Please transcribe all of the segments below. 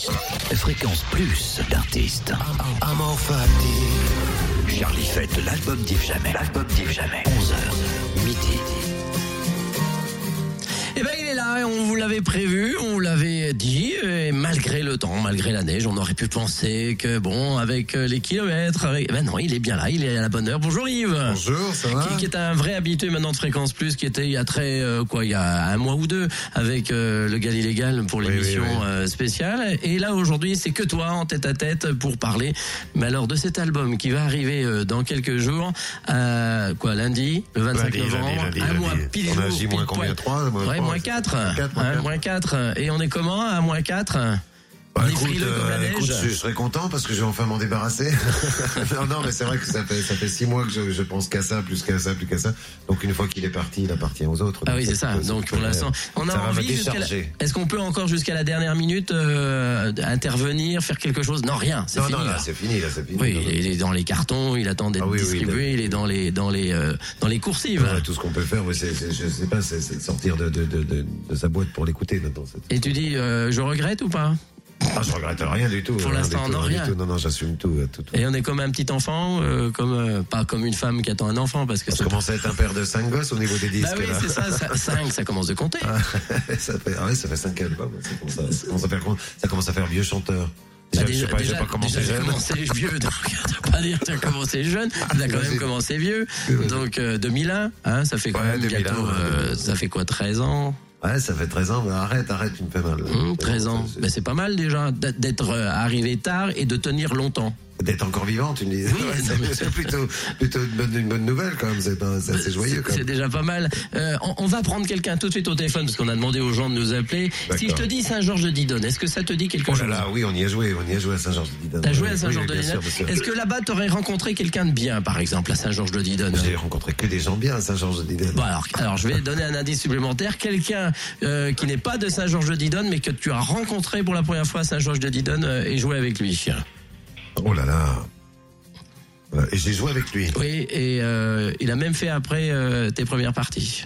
Fréquence plus d'artistes. Charlie fête l'album d'Yves Jamais. 11h, midi. Eh ben il est là, on vous l'avait prévu, on vous l'avait dit, et malgré le temps, malgré la neige, on aurait pu penser que bon, avec les kilomètres, ben non, il est bien là, il est à la bonne heure. Bonjour Yves. Bonjour, ça va? Qui est un vrai habitué maintenant de Fréquence Plus, qui était il y a il y a un mois ou deux avec le Gal illégal pour l'émission spéciale. Et là aujourd'hui, c'est que toi en tête à tête pour parler. Mais alors de cet album qui va arriver dans quelques jours, lundi, le 25 novembre, un mois pile jour. On a J moins combien? 3? Moins 4. Moins 4. Et on est comment à moins 4? Bah, on est frileux comme la neige. Écoute, je serais content parce que je vais enfin m'en débarrasser. non, mais c'est vrai que ça fait 6 mois que je pense qu'à ça, plus qu'à ça. Donc une fois qu'il est parti, il appartient aux autres. Ah oui, c'est ça. Donc pour l'instant, on a envie Est-ce qu'on peut encore jusqu'à la dernière minute intervenir, faire quelque chose? Non, rien. C'est fini. Là, c'est fini. Oui, il est dans les cartons, il attend d'être distribué, il est dans les coursives. Ouais, tout ce qu'on peut faire, je sais pas, c'est sortir de sa boîte pour l'écouter maintenant. Et tu dis, je regrette ou pas? Ah, je regrette rien du tout. Pour l'instant, non, rien. Non, j'assume tout. Et on est comme un petit enfant, pas comme une femme qui attend un enfant, parce que ça commence à être un père de 5 gosses au niveau des disques. Bah oui, là. c'est ça, 5, ça commence de compter. Ça fait 5 albums. Ça commence à faire vieux chanteur. J'ai pas commencé jeune. Tu as commencé vieux, donc tu vas pas dire que tu as commencé jeune, tu as quand même commencé vieux. Donc 2001, ça fait quand même bientôt, ça fait quoi, 13 ans? Ouais, ça fait 13 ans, mais arrête, tu me fais mal. 13 ans, mais c'est pas mal déjà d'être arrivé tard et de tenir longtemps. D'être encore vivant, tu me dis. Oui, c'est plutôt une bonne nouvelle quand même, c'est assez joyeux quand même. C'est déjà pas mal. On va prendre quelqu'un tout de suite au téléphone parce qu'on a demandé aux gens de nous appeler. D'accord. Si je te dis Saint-Georges-de-Didonne, est-ce que ça te dit quelque chose? Là, oui, on y a joué à Saint-Georges-de-Didonne. T'as joué à Saint-Georges-de-Didonne? Est-ce que là-bas t'aurais rencontré quelqu'un de bien, par exemple, à Saint-Georges-de-Didonne? J'ai rencontré que des gens bien à Saint-Georges-de-Didonne. Bon, alors je vais donner un indice supplémentaire. Quelqu'un qui n'est pas de Saint-Georges-de-Didonne, mais que tu as rencontré pour la première fois à Saint-Georges-de-Didonne et joué avec lui. Oh là là. Et j'ai joué avec lui. Oui, et il a même fait après tes premières parties.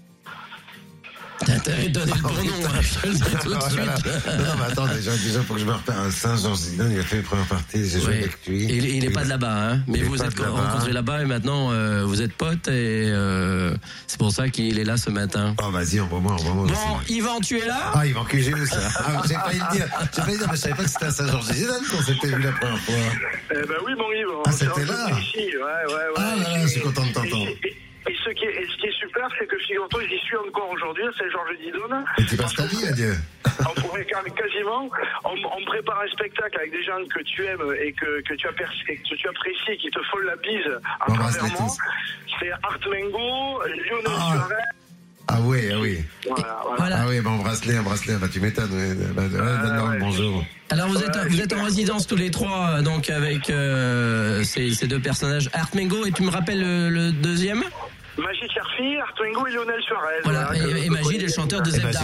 T'as intérêt de donner le bon nom, je le dis tout de suite. Non, mais attends, déjà, faut que je me repère. À Saint-Georges-de-Didonne, il a fait les premières parties, j'ai joué avec lui. Et il est pas de là-bas, mais vous êtes rencontrés là-bas et maintenant vous êtes potes et c'est pour ça qu'il est là ce matin. Oh, vas-y, envoie-moi. Bon, Yvan, tu es là? Ah, Yvan QG, ça. J'ai failli le dire, mais je savais pas que c'était à Saint-Georges-de-Didonne qu'on s'était vu la première fois. Oui, bon Yvan. Ah, c'était là? Ouais. Ah là, je suis content de t'entendre. Et ce qui est super, c'est que figure-toi, j'y suis encore aujourd'hui à Saint-Georges-de-Didonne. Et tu passes ta vie, adieu. On pourrait quasiment, on prépare un spectacle avec des gens que tu aimes et que tu apprécies, qui te font la bise à travers moi. C'est Art Mengo, Lionel Suarez. Ah oui. Voilà. Ah oui, un bracelet, tu m'étonnes. Donne-leur bonjour. Alors vous êtes en résidence tous les trois, donc avec ces deux personnages, Art Mengo, et tu me rappelles le deuxième? Magie Cherfi, Art Mengo et Lionel Suarez. Voilà, et Magie, le chanteur de Zebda.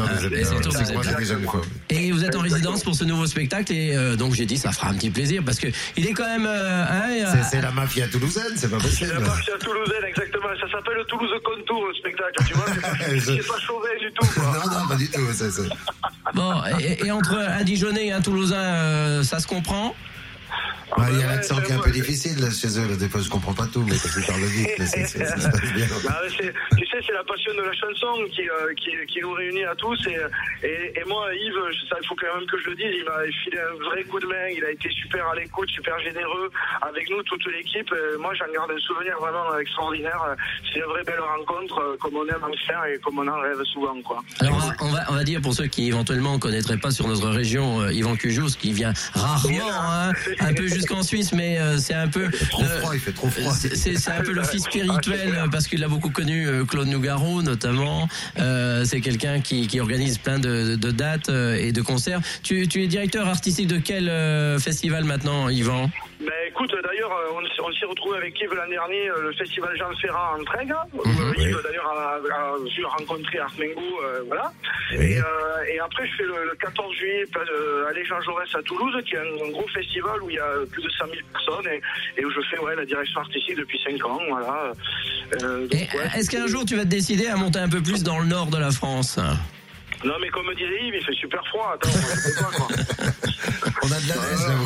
Et vous êtes en résidence pour ce nouveau spectacle, et donc j'ai dit ça fera un petit plaisir, parce que il est quand même... c'est la mafia toulousaine, c'est pas possible. C'est la mafia toulousaine, exactement. Ça s'appelle le Toulouse Contour, le spectacle, tu vois. C'est pas chauvé du tout, quoi. Non, pas du tout. Bon, et entre un Dijonais et un Toulousain, ça se comprend? Il y a l'accent qui est un peu difficile là, chez eux. Là, des fois, je comprends pas tout, mais parce qu'ils parlent vite, ça se passe bien. Tu sais, c'est la passion de la chanson qui nous réunit à tous. Et moi, Yves, il faut quand même que je le dise, il m'a filé un vrai coup de main. Il a été super à l'écoute, super généreux avec nous, toute l'équipe. Moi, j'en garde un souvenir vraiment extraordinaire. C'est une vraie belle rencontre, comme on aime en faire et comme on en rêve souvent, quoi. Alors, on va dire pour ceux qui éventuellement ne connaîtraient pas sur notre région Yvan Cujous, qui vient rarement, un peu jusqu'en Suisse, mais c'est un peu... Il fait trop froid. C'est un peu le fils spirituel, parce qu'il a beaucoup connu Claude Nougaro, notamment. C'est quelqu'un qui organise plein de dates et de concerts. Tu es directeur artistique de quel festival maintenant, Yvan? Écoute, d'ailleurs, on s'est retrouvé avec Yves l'an dernier, le festival Jean Ferrat en Trègue. Yves, d'ailleurs, a vu rencontrer Art Mengo, voilà. Oui. Et après, je fais le 14 juillet à Jean Jaurès à Toulouse, qui est un gros festival où il y a plus de 100 000 personnes et où je fais la direction artistique depuis 5 ans, voilà. Est-ce qu'un jour, tu vas te décider à monter un peu plus dans le nord de la France? Non, mais comme disait Yves, il fait super froid. Attends, je sais pas, quoi.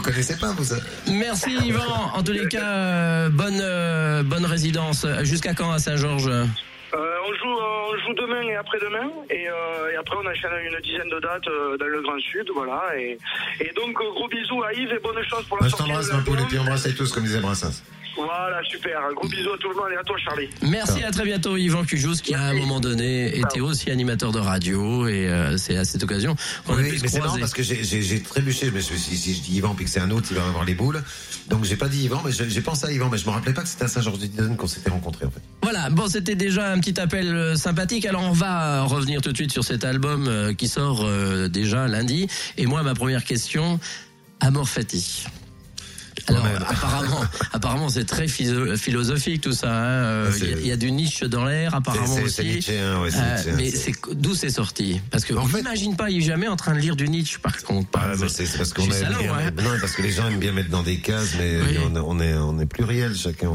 connaissez pas, vous ça? Merci Yvan. En tous les cas, bonne résidence. Jusqu'à quand à Saint-Georges? On joue demain et après-demain, et après on enchaîne une dizaine de dates dans le Grand Sud, voilà. Et donc gros bisous à Yves et bonne chance pour la sortie. Je t'embrasse, ma poule, et puis embrasse tous, comme disait Brassens. Voilà, super. Gros bisous à tout le monde et à toi, Charlie. Merci, à très bientôt, Yvan Cujous, qui à un moment donné était aussi animateur de radio, et c'est à cette occasion qu'on a pu se croiser. C'est marrant parce que j'ai trébuché. Mais si je dis Yvan puis que c'est un autre, il va avoir les boules. Donc j'ai pas dit Yvan, mais j'ai pensé à Yvan, mais je me rappelais pas que c'était à Saint-Georges-du-Didonne qu'on s'était rencontrés en fait. Voilà, bon, c'était déjà un petit appel sympathique. Alors on va revenir tout de suite sur cet album qui sort déjà lundi. Et moi, ma première question, Amor Fati. Alors, apparemment, c'est très philosophique tout ça. Hein. Il y a du Nietzsche dans l'air, apparemment aussi. C'est Nietzschéen, ouais, c'est mais d'où c'est sorti? Parce que on n'imagine pas Yves Jamais en train de lire du Nietzsche, par contre. C'est parce qu'on non, parce que les gens aiment bien mettre dans des cases, mais oui. on est pluriel, chacun.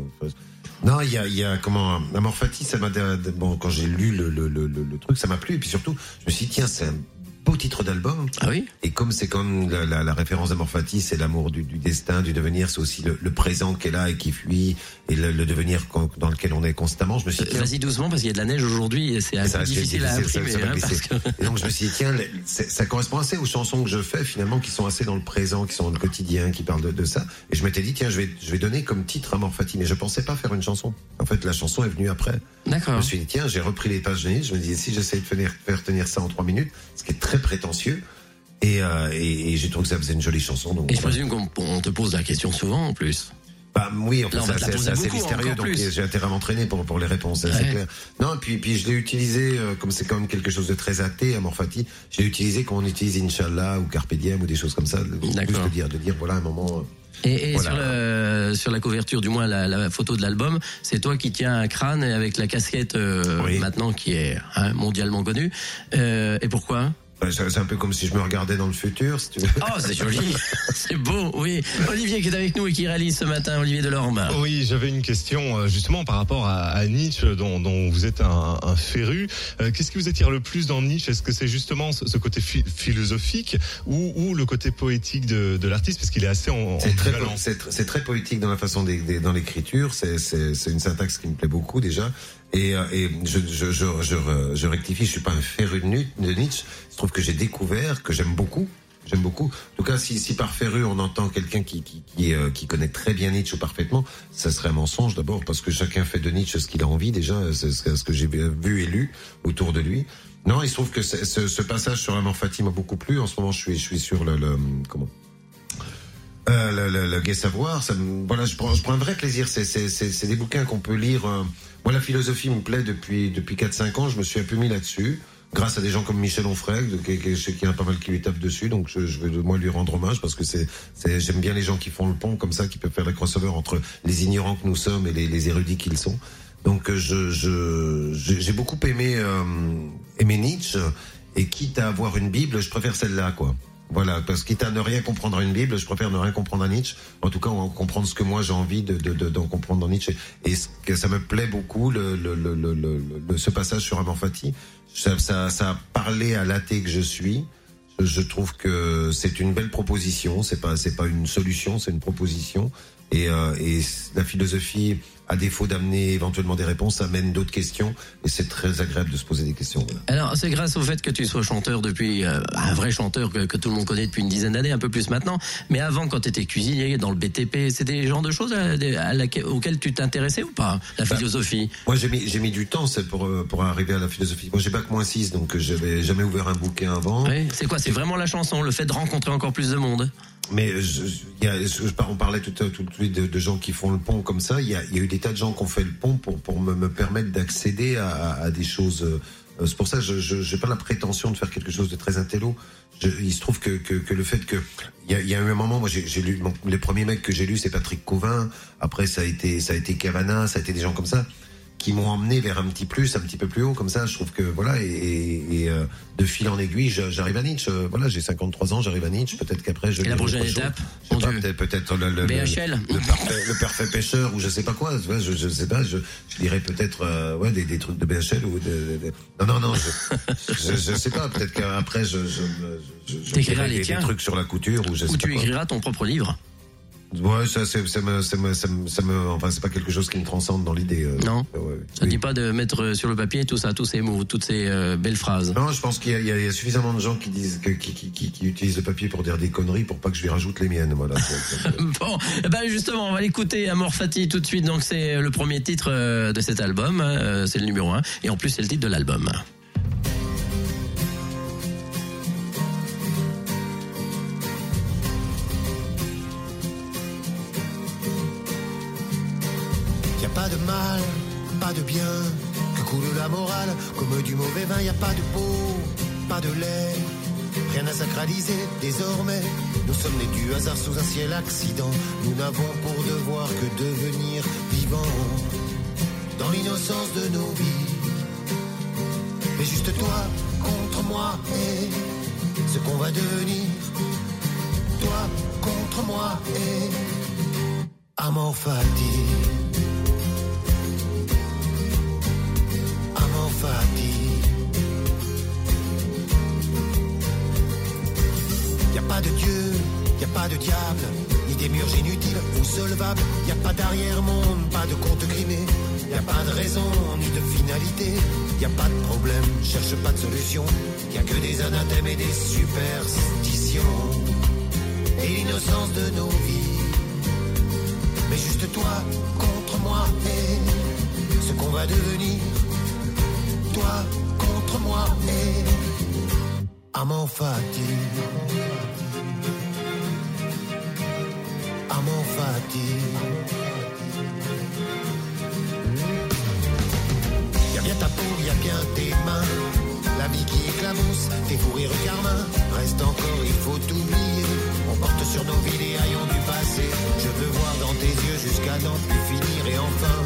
Non, il y a comment Amor Fati, ça m'a quand j'ai lu le truc, ça m'a plu, et puis surtout, je me suis dit tiens, c'est un beau titre d'album. Ah oui. Et comme c'est comme la référence d'Amor Fati, c'est l'amour du destin, du devenir, c'est aussi le présent qui est là et qui fuit, et le devenir dans lequel on est constamment. Je me suis dit, vas-y doucement parce qu'il y a de la neige aujourd'hui et c'est un peu difficile à imprimer. Et donc je me suis dit tiens, ça correspond assez aux chansons que je fais finalement, qui sont assez dans le présent, qui sont dans le quotidien, qui parlent de ça. Et je m'étais dit tiens, je vais donner comme titre Amor Fati, mais je pensais pas faire une chanson. En fait, la chanson est venue après. D'accord. Je me suis dit tiens, j'ai repris les pages de Nietzsche. Je me disais si j'essaie de faire tenir ça en 3 minutes, ce qui est très prétentieux. Et j'ai trouvé que ça faisait une jolie chanson. Donc, et je présume qu'on te pose la question souvent en plus. Bah oui, en fait, c'est assez beaucoup, mystérieux, donc j'ai intérêt à m'entraîner pour les réponses, c'est clair. Non, puis je l'ai utilisé, comme c'est quand même quelque chose de très athée, Amor Fati, je l'ai utilisé quand on utilise Inch'Allah ou Carpe Diem ou des choses comme ça, juste de dire voilà un moment. Et voilà. sur la couverture, du moins la photo de l'album, c'est toi qui tiens un crâne avec la casquette maintenant qui est mondialement connue. Et pourquoi? C'est un peu comme si je me regardais dans le futur, si tu veux. Oh, c'est joli. C'est beau, oui. Olivier qui est avec nous et qui réalise ce matin, Olivier Delorme. Oui, j'avais une question justement par rapport à Nietzsche, dont vous êtes un féru. Qu'est-ce qui vous attire le plus dans Nietzsche? Est-ce que c'est justement ce côté philosophique ou le côté poétique de l'artiste? Parce qu'il est assez ambivalent. C'est très poétique dans la façon dans l'écriture. C'est une syntaxe qui me plaît beaucoup déjà. Et je rectifie, je suis pas un féru de Nietzsche. Je trouve que j'ai découvert, que j'aime beaucoup. En tout cas, si par féru on entend quelqu'un qui connaît très bien Nietzsche parfaitement, ça serait un mensonge d'abord, parce que chacun fait de Nietzsche ce qu'il a envie déjà, c'est ce que j'ai vu et lu autour de lui. Non, il se trouve que ce passage sur Amor Fati m'a beaucoup plu. En ce moment, je suis sur le Gai Savoir. Voilà, je prends un vrai plaisir. C'est des bouquins qu'on peut lire. Moi, la philosophie me plaît depuis 4-5 ans. Je me suis un peu mis là-dessus, grâce à des gens comme Michel Onfray, qui a pas mal qui lui tape dessus. Donc, je veux moi lui rendre hommage, parce que j'aime bien les gens qui font le pont comme ça, qui peuvent faire le crossover entre les ignorants que nous sommes et les érudits qu'ils sont. Donc, j'ai beaucoup aimé Nietzsche, et quitte à avoir une Bible, je préfère celle-là, quoi. Voilà, parce quitte à ne rien comprendre à une Bible, je préfère ne rien comprendre à Nietzsche. En tout cas, on va comprendre ce que moi j'ai envie d'en comprendre dans Nietzsche. Et ça me plaît beaucoup, ce passage sur Amor Fati. Ça a parlé à l'athée que je suis. Je trouve que c'est une belle proposition. C'est pas une solution, c'est une proposition. Et la philosophie, à défaut d'amener éventuellement des réponses, amène d'autres questions, et c'est très agréable de se poser des questions. Voilà. Alors, c'est grâce au fait que tu sois chanteur depuis, un vrai chanteur que tout le monde connaît depuis une dizaine d'années, un peu plus maintenant, mais avant, quand tu étais cuisinier dans le BTP, c'était le genre de choses auxquelles tu t'intéressais ou pas, la philosophie? Moi, j'ai mis du temps pour arriver à la philosophie. Moi, j'ai bac-6, donc j'avais jamais ouvert un bouquin avant. Oui, c'est quoi? C'est vraiment la chanson, le fait de rencontrer encore plus de monde? Mais on parlait tout de suite de gens qui font le pont comme ça. Il y a eu des tas de gens qui ont fait le pont pour me permettre d'accéder à des choses. C'est pour ça que je n'ai pas la prétention de faire quelque chose de très intello. Il se trouve que le fait que il y a eu un moment, moi j'ai lu les premiers mecs que j'ai lus, c'est Patrick Cauvin. Après ça a été Cavana, ça a été des gens comme ça. qui m'ont emmené vers un petit peu plus haut, comme ça. Je trouve que voilà, et de fil en aiguille, j'arrive à Nietzsche. Voilà, j'ai 53 ans, j'arrive à Nietzsche. Peut-être qu'après, je. Et la prochaine étape, peut-être BHL, le parfait pêcheur ou je sais pas quoi. Je sais pas. Je dirais peut-être des trucs de BHL ou non. Je sais pas. Peut-être qu'après, je t'écriras des trucs sur la couture ou je sais pas. Ou tu quoi. écriras ton propre livre. Ouais, ça me, enfin, c'est pas quelque chose qui me transcende dans l'idée. Non. Ça dit pas de mettre sur le papier tout ça, tous ces mots, toutes ces belles phrases. Non, je pense qu'il y a suffisamment de gens qui disent qui utilisent le papier pour dire des conneries pour pas que je lui rajoute les miennes, voilà. Bon, justement, on va l'écouter, Amor Fati, tout de suite. Donc, c'est le premier titre de cet album. C'est le numéro 1. Et en plus, c'est le titre de l'album. Pas de mal, pas de bien, que coule la morale, comme du mauvais vin, y a pas de peau, pas de lait, rien à sacraliser désormais. Nous sommes nés du hasard sous un ciel accident, nous n'avons pour devoir que devenir vivants, dans l'innocence de nos vies. Mais juste toi contre moi et ce qu'on va devenir, toi contre moi et Amor Fati. Y a pas de Dieu, y a pas de diable, ni démiurge inutile ou solvable. Y a pas d'arrière-monde, pas de compte grimé. Y a pas de raison, ni de finalité. Y a pas de problème, cherche pas de solution. Y a que des anathèmes et des superstitions. Et l'innocence de nos vies. Mais juste toi contre moi et ce qu'on va devenir. Toi contre moi et Amor Fati. Amor Fati. Y'a bien ta peau, y'a bien tes mains, la vie qui éclabousse, tes fous rires carmin. Reste encore, il faut oublier. On porte sur nos vies les haillons du passé. Je veux voir dans tes yeux jusqu'à n'en plus finir. Et enfin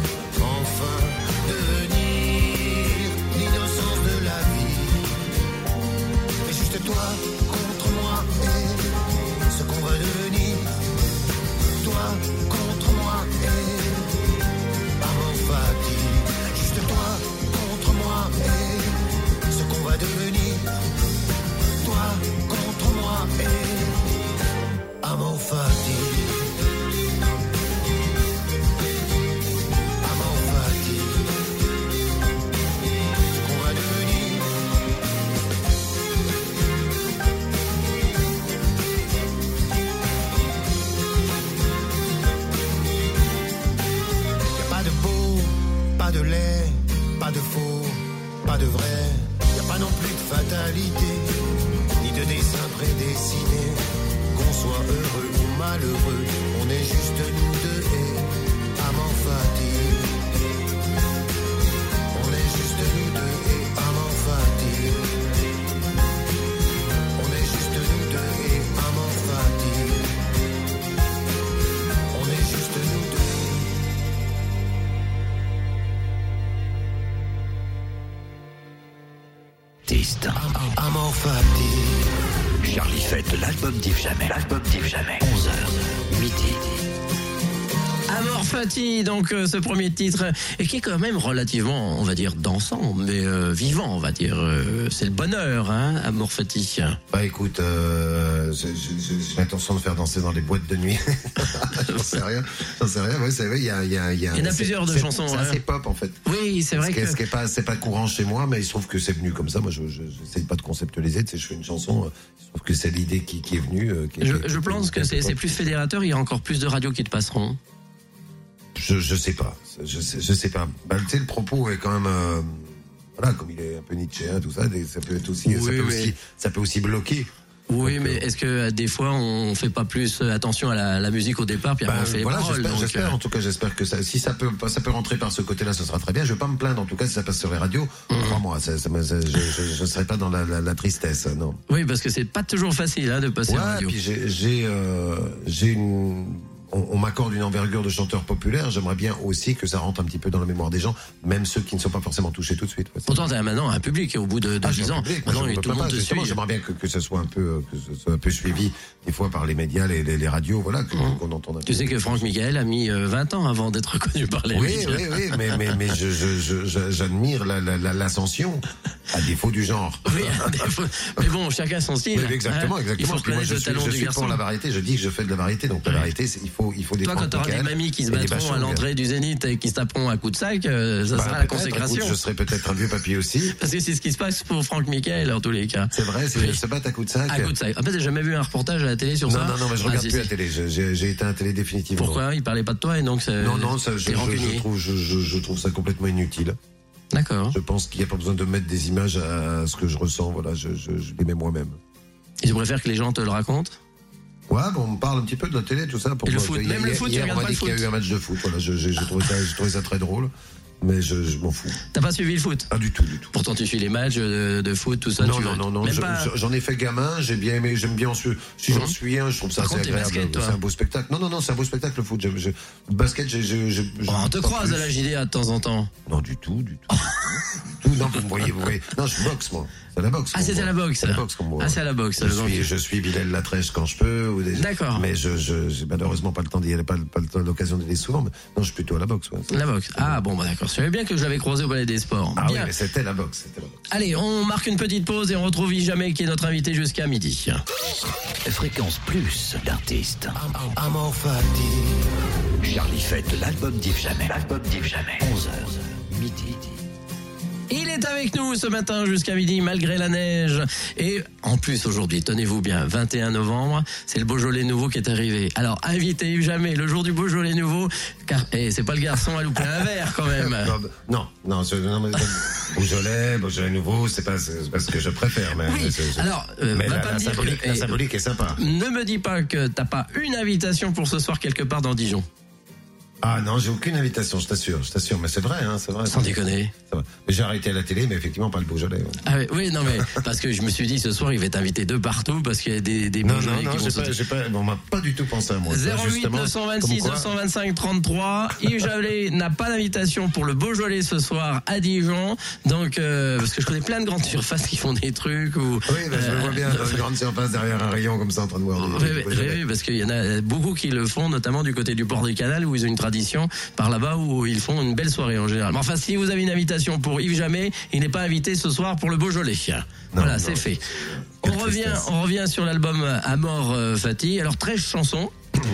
devenir l'innocence de la vie. Mais juste toi contre moi et ce qu'on va devenir. Toi contre moi et Amor Fati. Juste toi contre moi et ce qu'on va devenir. Toi contre moi et Amor Fati. Pas de lait, pas de faux, pas de vrai. Y a pas non plus de fatalité, ni de dessin prédestiné. Qu'on soit heureux ou malheureux, on est juste nous deux et Amor Fati. On est juste nous deux et Amor Fati. On est juste nous deux et Amor Fati. On est juste nous deux. Amor Fati. Charlie fête l'album d'Yves Jamais. L'album d'Yves Jamais. 11h, midi. Amor Fati, donc ce premier titre, et qui est quand même relativement, on va dire, dansant, mais vivant, on va dire. C'est le bonheur, hein, Amor Fati. Bah écoute, j'ai l'intention de faire danser dans les boîtes de nuit. J'en sais rien. Ouais, c'est vrai, il y en a plusieurs de chansons. C'est assez pop en fait. Oui, c'est vrai que. C'est pas courant chez moi, mais il se trouve que c'est venu comme ça. Moi, je n'essaye pas de conceptualiser. Tu sais, je fais une chanson. Je trouve que c'est l'idée qui est venue. Je pense que c'est plus fédérateur. Il y a encore plus de radios qui te passeront. Je sais pas. Je sais pas. Bah, tu sais, le propos est quand même. Voilà, comme il est un peu nietzschéen, tout ça, ça peut être aussi, oui, ça peut aussi bloquer. Oui, donc, mais est-ce que des fois on fait pas plus attention à la musique au départ, puis après on fait les paroles. J'espère. En tout cas, j'espère que si ça peut rentrer par ce côté-là, ce sera très bien. Je vais pas me plaindre. En tout cas, si ça passe sur les radios, crois-moi, je serai pas dans la tristesse, non. Oui, parce que c'est pas toujours facile de passer en radio. Puis j'ai une. on m'accorde une envergure de chanteur populaire, j'aimerais bien aussi que ça rentre un petit peu dans la mémoire des gens, même ceux qui ne sont pas forcément touchés tout de suite. Pourtant, t'as maintenant un public, au bout de 10 ans. Maintenant, tout le monde te suit. J'aimerais bien que ce soit un peu, suivi, des fois, par les médias, les radios, voilà, qu'on entende un peu. Tu sais que Franck Michael a mis 20 ans avant d'être reconnu par les médias. Oui, mais j'admire l'ascension, à défaut du genre. Oui, mais bon, chacun son style. Oui, exactement. Il faut reconnaître le talent du garçon. Pour la variété, je dis que je fais de la variété, donc la variété, il faut des Toi, quand t'auras des mamies qui se battront à l'entrée du Zénith et qui se taperont à coups de sac, ça sera la consécration. Je serai peut-être un vieux papy aussi. Parce que c'est ce qui se passe pour Franck Michael, en tous les cas. C'est vrai, se battre à coups de sac. À coups de sac. En fait, j'ai jamais vu un reportage à la télé sur ça. Non, mais je regarde plus la télé. J'ai éteint la télé définitivement. Pourquoi? Il parlait pas de toi et donc Non, ça, je trouve ça complètement inutile. D'accord. Je pense qu'il n'y a pas besoin de mettre des images à ce que je ressens. Voilà, je les mets moi-même. Et tu préfères que les gens te le racontent? Ouais, on me parle un petit peu de la télé, tout ça. Et le foot, même le foot, tu regardes pas le foot? Il y a eu un match de foot. Voilà, j'ai trouvé ça très drôle. Mais je m'en fous. T'as pas suivi le foot? Ah, du tout. Pourtant, tu suis les matchs de foot, tout ça. Non. J'en ai fait gamin, j'ai bien aimé, j'aime bien. Si j'en suis un, je trouve ça assez agréable. C'est un beau spectacle. Non, c'est un beau spectacle, le foot. Le basket, on te croise à la JDA de temps en temps. Non, du tout. Non, vous voyez. Non, je boxe, moi. C'est la boxe. Ah, c'est à la boxe. C'est la boxe qu'on voit. Ah, c'est à la boxe. Je suis Bilal Latrèche quand je peux. D'accord. Mais j'ai malheureusement pas le temps d'y aller, pas l'occasion d'y aller souvent. Mais non, je suis plutôt à la boxe. Ouais. La boxe. Ah, bon, d'accord. Je savais bien que je l'avais croisé au Palais des Sports. Ah bien. Oui, mais c'était la boxe. Allez, on marque une petite pause et on retrouve Yves Jamais qui est notre invité jusqu'à midi. Fréquence plus d'artistes. Amor Fati. Charlie fête l'album d'Yves Jamais. 11h, midi. Il est avec nous ce matin jusqu'à midi malgré la neige. Et en plus aujourd'hui, tenez-vous bien, 21 novembre, c'est le Beaujolais nouveau qui est arrivé. Alors invitez Yves Jamais le jour du Beaujolais nouveau, car c'est pas le garçon à louper un verre quand même. Non, Beaujolais nouveau, c'est pas ce que je préfère. Mais, oui. Alors, la symbolique est sympa. Ne me dis pas que t'as pas une invitation pour ce soir quelque part dans Dijon. Ah non, j'ai aucune invitation, je t'assure, mais c'est vrai, c'est vrai. Sans déconner. J'ai arrêté à la télé, mais effectivement pas le Beaujolais. Ouais. Ah oui, non mais parce que je me suis dit ce soir il va t'inviter de partout parce qu'il y a des Beaujolais qui vont on m'a pas du tout pensé à moi. 08 926 925 33. Yves Jamais n'a pas d'invitation pour le Beaujolais ce soir à Dijon, donc parce que je connais plein de grandes surfaces qui font des trucs ou. Oui, je le vois bien dans une grande surface derrière un rayon comme ça en train de boire. Oui, parce qu'il y en a beaucoup qui le font, notamment du côté du port du Canal où ils ont une tradition par là-bas où ils font une belle soirée en général. Mais enfin, si vous avez une invitation pour Yves Jamais, il n'est pas invité ce soir pour le Beaujolais. Voilà, c'est fait. On revient sur l'album Amor Fati. Alors 13 chansons.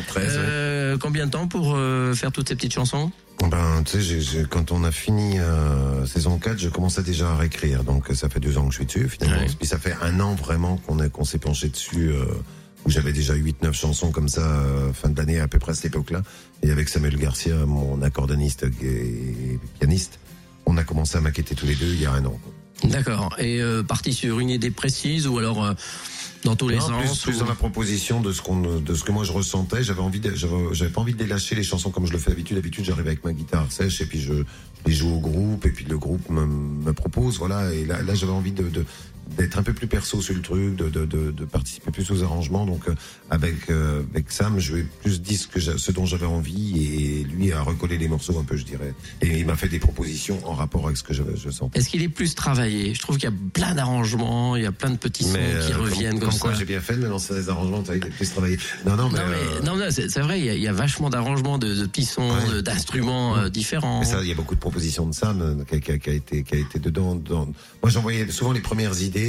13. Combien de temps pour faire toutes ces petites chansons? Tu sais, quand on a fini saison 4, je commençais déjà à réécrire. Donc ça fait 2 ans que je suis dessus finalement. Puis ça fait 1 an vraiment qu'on s'est penché dessus. Où j'avais déjà 8-9 chansons comme ça, fin de l'année à peu près à cette époque-là. Et avec Samuel Garcia, mon accordoniste et pianiste, on a commencé à maqueter tous les deux il y a 1 an. D'accord. Et parti sur une idée précise ou alors dans tous les sens plus dans la proposition de ce que moi je ressentais. J'avais pas envie de les lâcher les chansons comme je le fais d'habitude. D'habitude, j'arrive avec ma guitare sèche et puis je les joue au groupe et puis le groupe me propose, voilà. Et là j'avais envie d'être un peu plus perso sur le truc, de participer plus aux arrangements. Donc avec Sam, je lui ai plus dit ce dont j'avais envie et lui a recollé les morceaux un peu, je dirais. Et il m'a fait des propositions en rapport avec ce que je sens. Est-ce qu'il est plus travaillé? Je trouve qu'il y a plein d'arrangements, il y a plein de petits sons qui reviennent comme ça. Quoi, j'ai bien fait de me lancer des arrangements, il est plus travaillé. Non, c'est vrai, il y a vachement d'arrangements, de petits sons, d'instruments différents. Mais ça, il y a beaucoup de propositions de Sam qui a été dedans. Moi, j'envoyais souvent les premières idées.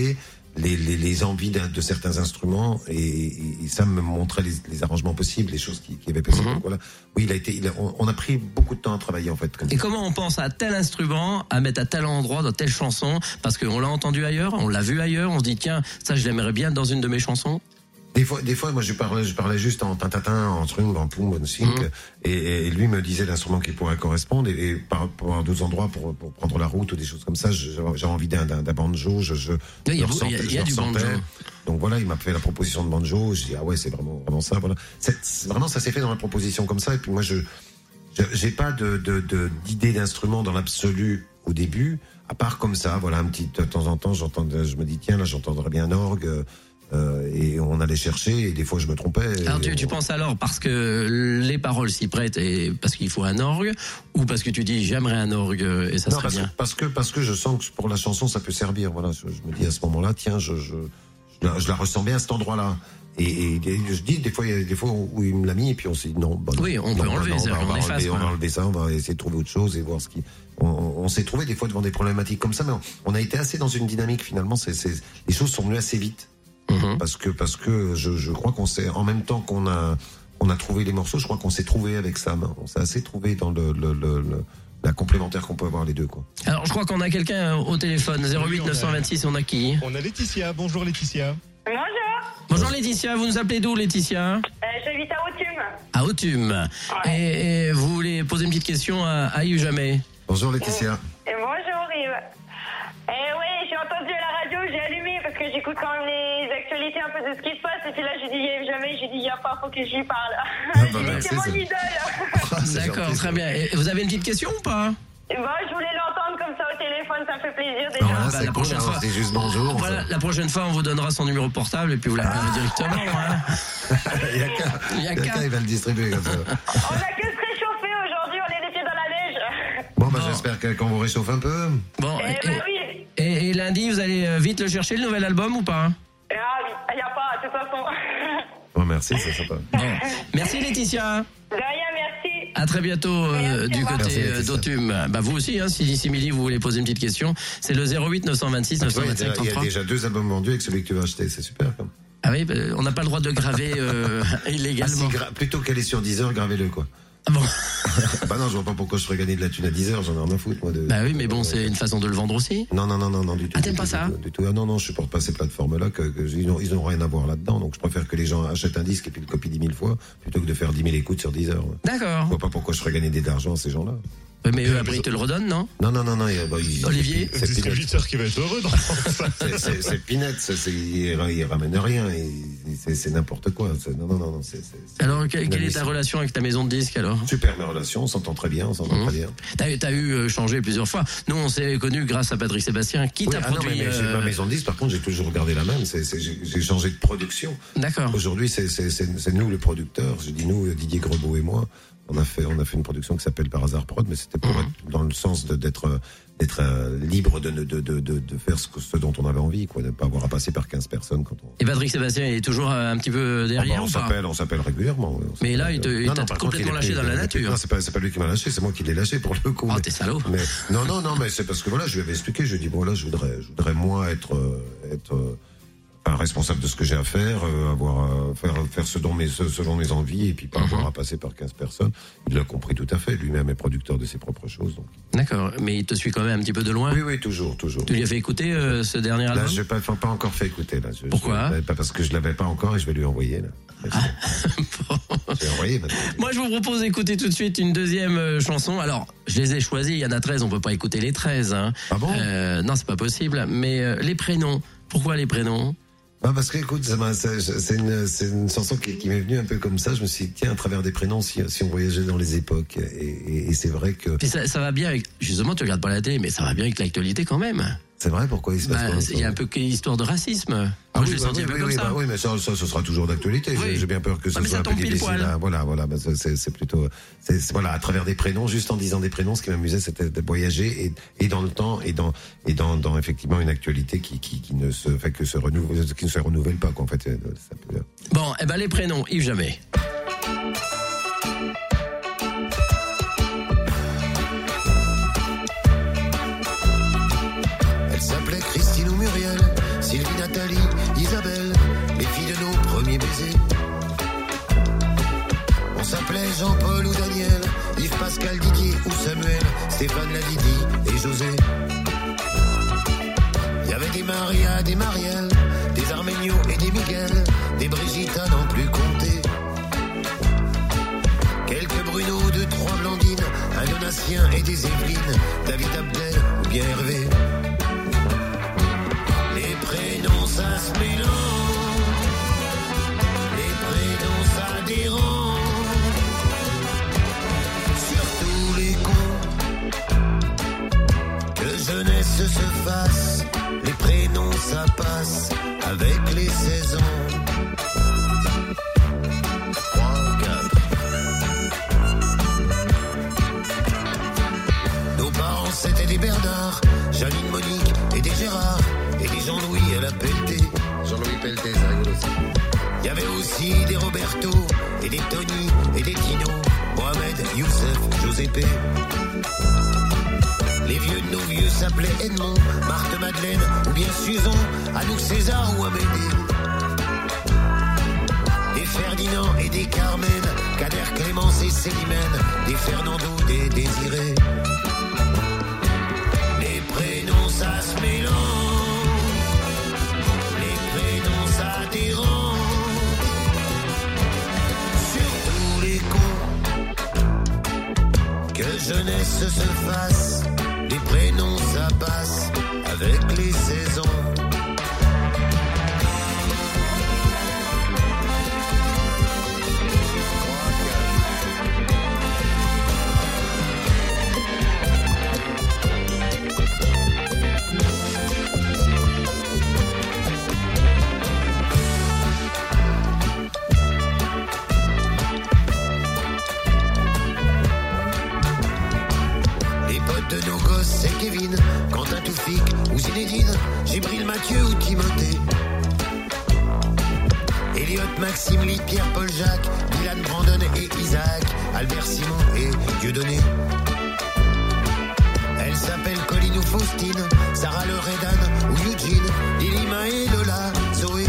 Les envies de certains instruments et ça me montrait les arrangements possibles, les choses qui avaient possible. Donc voilà. Oui, on a pris beaucoup de temps à travailler en fait. Et comment on pense à tel instrument, à mettre à tel endroit dans telle chanson, parce qu'on l'a entendu ailleurs, on l'a vu ailleurs, on se dit tiens, ça je l'aimerais bien dans une de mes chansons. Des fois, moi, je parlais juste en tatatin, en trung, en poum, en sync, et lui me disait l'instrument qui pourrait correspondre, et par rapport à d'autres endroits pour prendre la route ou des choses comme ça, j'avais envie d'un banjo, il y a du banjo. Donc voilà, il m'a fait la proposition de banjo, j'ai dit, ah ouais, c'est vraiment ça, voilà. Vraiment, ça s'est fait dans la proposition comme ça, et puis moi, j'ai pas d'idée d'instrument dans l'absolu au début, à part comme ça, voilà, de temps en temps, je me dis, tiens, là, j'entendrais bien un orgue, et on allait chercher, et des fois je me trompais. Alors tu penses alors parce que les paroles s'y prêtent et parce qu'il faut un orgue, ou parce que tu dis j'aimerais un orgue et ça serait bien? parce que je sens que pour la chanson ça peut servir. Voilà, je me dis à ce moment-là, tiens, je la ressens bien à cet endroit-là. Et je dis des fois, il y a des fois où il me l'a mis et puis on s'est dit non. Oui, on peut enlever. On va enlever ça, on va essayer de trouver autre chose et voir ce qui. On s'est trouvé des fois devant des problématiques comme ça, mais on a été assez dans une dynamique finalement. Les choses sont venues assez vite. Parce que je crois qu'on s'est, en même temps qu'on a trouvé les morceaux, je crois qu'on s'est trouvé avec Sam. On s'est assez trouvé dans la complémentaire qu'on peut avoir les deux, quoi. Alors je crois qu'on a quelqu'un au téléphone. 08 926, on a qui? On a Laetitia. Bonjour Laetitia. Bonjour. Bonjour Laetitia, vous nous appelez d'où Laetitia? J'habite à Authume. À Authume. Ouais. Et vous voulez poser une petite question à Yves Jamais? Bonjour Laetitia. Bonjour Yves. Oui, j'ai entendu à la radio, j'ai allumé parce que j'écoute quand même les actualités un peu de ce qui se passe. Et puis là, j'ai dit Yves Jamais, j'ai dit il y a pas, faut que je lui parle. C'est mon idole. D'accord, très bien. Et vous avez une petite question ou pas? Je voulais l'entendre comme ça au téléphone, ça me fait plaisir déjà. Non, là, la prochaine fois, c'est juste bonjour. Voilà, la prochaine fois, on vous donnera son numéro de portable et puis vous l'appellerez directement. Hein. Il y a qu'à, il va le distribuer comme ça. On a que se réchauffer aujourd'hui, on est les pieds dans la neige. Bon, j'espère qu'on vous réchauffe un peu. Bon, Oui. et lundi, vous allez vite le chercher, le nouvel album ou pas? Ah oui, il n'y a pas, de toute façon. Bon, merci, c'est sympa. Bon. Merci Laetitia. De rien, merci. À très bientôt du côté d'Authume. Vous aussi, hein, si d'ici midi vous voulez poser une petite question, c'est le 08 926 925 33. Il y a déjà 2 albums vendus avec celui que tu vas acheter, c'est super. Ah oui, on n'a pas le droit de graver illégalement. Plutôt qu'aller sur Deezer, gravez-le, quoi. Ah bon. Non, je vois pas pourquoi je ferais gagner de la thune à 10 heures, j'en ai rien à foutre, moi. Oui, mais bon, c'est une façon de le vendre aussi. Non, du tout. Ah, t'aimes pas ça? Du tout. Ah non, je supporte pas ces plateformes-là, ils n'ont rien à voir là-dedans, donc je préfère que les gens achètent un disque et puis le copient 10 000 fois, plutôt que de faire 10 000 écoutes sur 10 heures. D'accord. Je vois pas pourquoi je ferais gagner d'argent à ces gens-là. Mais eux, après, ils te le redonnent, non? Non. Olivier? C'est le distributeur qui va être heureux dans ça. C'est Pinette, il ramène rien, c'est n'importe quoi. Non. Alors, quelle est ta relation avec ta maison de disques, alors? Super, mes relations, on s'entend très bien, très bien. T'as eu changé plusieurs fois. Nous, on s'est connus grâce à Patrick Sébastien, qui t'a produit. Mais ma maison de disques, par contre, j'ai toujours gardé la même, j'ai changé de production. D'accord. Aujourd'hui, c'est nous, le producteur, je dis nous, Didier Grebeau et moi. On a fait une production qui s'appelle Par Hasard Prod, mais c'était pour être dans le sens d'être libre de faire ce dont on avait envie, quoi, de ne pas avoir à passer par 15 personnes quand on. Et Patrick Sébastien est toujours un petit peu derrière, on s'appelle régulièrement. Mais là, il t'a complètement lâché dans la nature. Non, c'est pas lui qui m'a lâché, c'est moi qui l'ai lâché pour le coup. Oh, t'es salaud. Mais mais c'est parce que voilà, je lui avais expliqué, je lui ai dit bon là, je voudrais moi être responsable de ce que j'ai à faire, faire selon mes envies et puis pas avoir à passer par 15 personnes. Il l'a compris tout à fait. Lui-même est producteur de ses propres choses. Donc. D'accord, mais il te suit quand même un petit peu de loin. Oui, toujours. Tu lui as fait écouter ce dernier album? Là, je n'ai pas encore fait écouter. Là. Pourquoi? Pas parce que je l'avais pas encore et je vais lui envoyer. Là. Bon. Je vais envoyer maintenant. Moi, je vous propose d'écouter tout de suite une deuxième chanson. Alors, je les ai choisis. Il y en a 13. On peut pas écouter les 13. Hein. Ah bon? Non, c'est pas possible. Mais les prénoms. Pourquoi les prénoms? Parce que écoute, c'est une chanson qui m'est venue un peu comme ça. Je me suis dit, tiens, à travers des prénoms, si on voyageait dans les époques. Et c'est vrai que. Puis ça va bien avec. Justement, tu regardes pas la télé, mais ça va bien avec l'actualité quand même. C'est vrai, pourquoi il se passe il y a un peu histoire de racisme. Moi, je l'ai senti un peu comme ça. Oui, mais ça sera toujours d'actualité. Oui. J'ai bien peur que ce soit un peu difficile. Voilà, c'est plutôt, voilà, à travers des prénoms, juste en disant des prénoms, ce qui m'amusait, c'était de voyager et dans le temps et dans effectivement une actualité qui ne se fait que qui ne se renouvelle pas, quoi, en fait. Ça peut... Bon, les prénoms, Yves Jamais. Christine ou Muriel, Sylvie, Nathalie, Isabelle, les filles de nos premiers baisers. On s'appelait Jean-Paul ou Daniel, Yves, Pascal, Didier ou Samuel, Stéphane, Ladidi et José. Il y avait des Maria, des Marielle, des Arméniaux et des Miguel, des Brigitte à n'en plus compter. Quelques Bruno, 2-3 Blandines, un Donatien et des Évelyne, David Abdel ou bien Hervé. Les prénoms ça se mélange, les prénoms ça dérange, surtout les cons. Que jeunesse se fasse, les prénoms ça passe avec les 16 ans. aussi des Roberto et des Tony et des Tino, Mohamed, Youssef, Josépé. Les vieux de nos vieux s'appelaient Edmond, Marthe Madeleine ou bien Suzon, Anouk César ou Amédée. Des Ferdinand et des Carmen, Kader, Clémence et Célimène, des Fernando, des Désirés. Les prénoms ça se mélange, les prénoms ça dérange, surtout les cons. Que jeunesse se fasse, les prénoms ça passe avec les saisons. De nos gosses, c'est Kevin, Quentin Toufik ou Zinedine, Gibril, Mathieu ou Timothée. Elliot, Maxime, Lee, Pierre, Paul, Jacques, Dylan, Brandon et Isaac, Albert, Simon et Dieudonné. Elle s'appelle Colline ou Faustine, Sarah, Loredan ou Eugene, Lily, Maë, Lola, Zoé.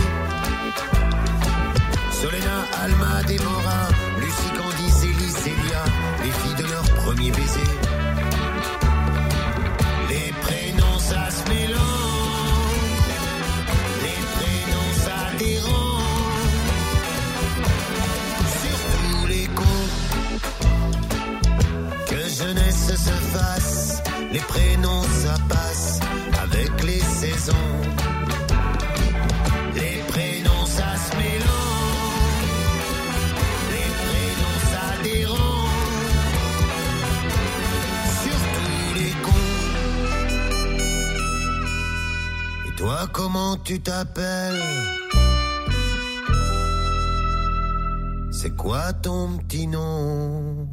Solena, Alma, Déborah, Lucie, Candice, Ellie, Célia, les filles de leur premier baiser. Les prénoms ça se mélange, les prénoms ça dérange, surtout les cons. Que jeunesse se fasse, les prénoms ça passe avec les saisons. Les prénoms ça se mélange, les prénoms ça dérange, surtout les cons. Toi, comment tu t'appelles? C'est quoi ton petit nom?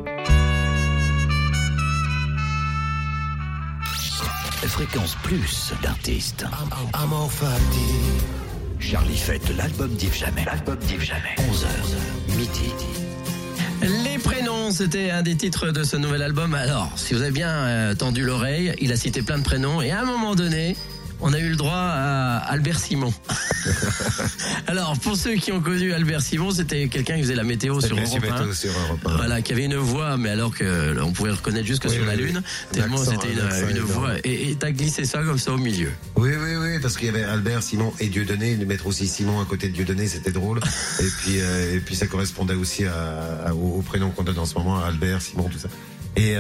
Fréquence plus d'artistes. Amor Fati. Charlie fête l'album d'Yves Jamais. L'album d'Yves Jamais. 11h, midi. Les prénoms, c'était un des titres de ce nouvel album. Alors, si vous avez bien tendu l'oreille, il a cité plein de prénoms et à un moment donné, on a eu le droit à Albert Simon. Alors, pour ceux qui ont connu Albert Simon, c'était quelqu'un qui faisait la météo sur Europe 1. Voilà, qui avait une voix, mais alors que on pouvait reconnaître jusque sur la Lune. Tellement c'était une voix. Et t'as glissé ça comme ça au milieu. Oui, parce qu'il y avait Albert, Simon et Dieudonné. De mettre aussi Simon à côté de Dieudonné, c'était drôle. et puis ça correspondait aussi au prénom qu'on donne en ce moment, Albert, Simon, tout ça. Et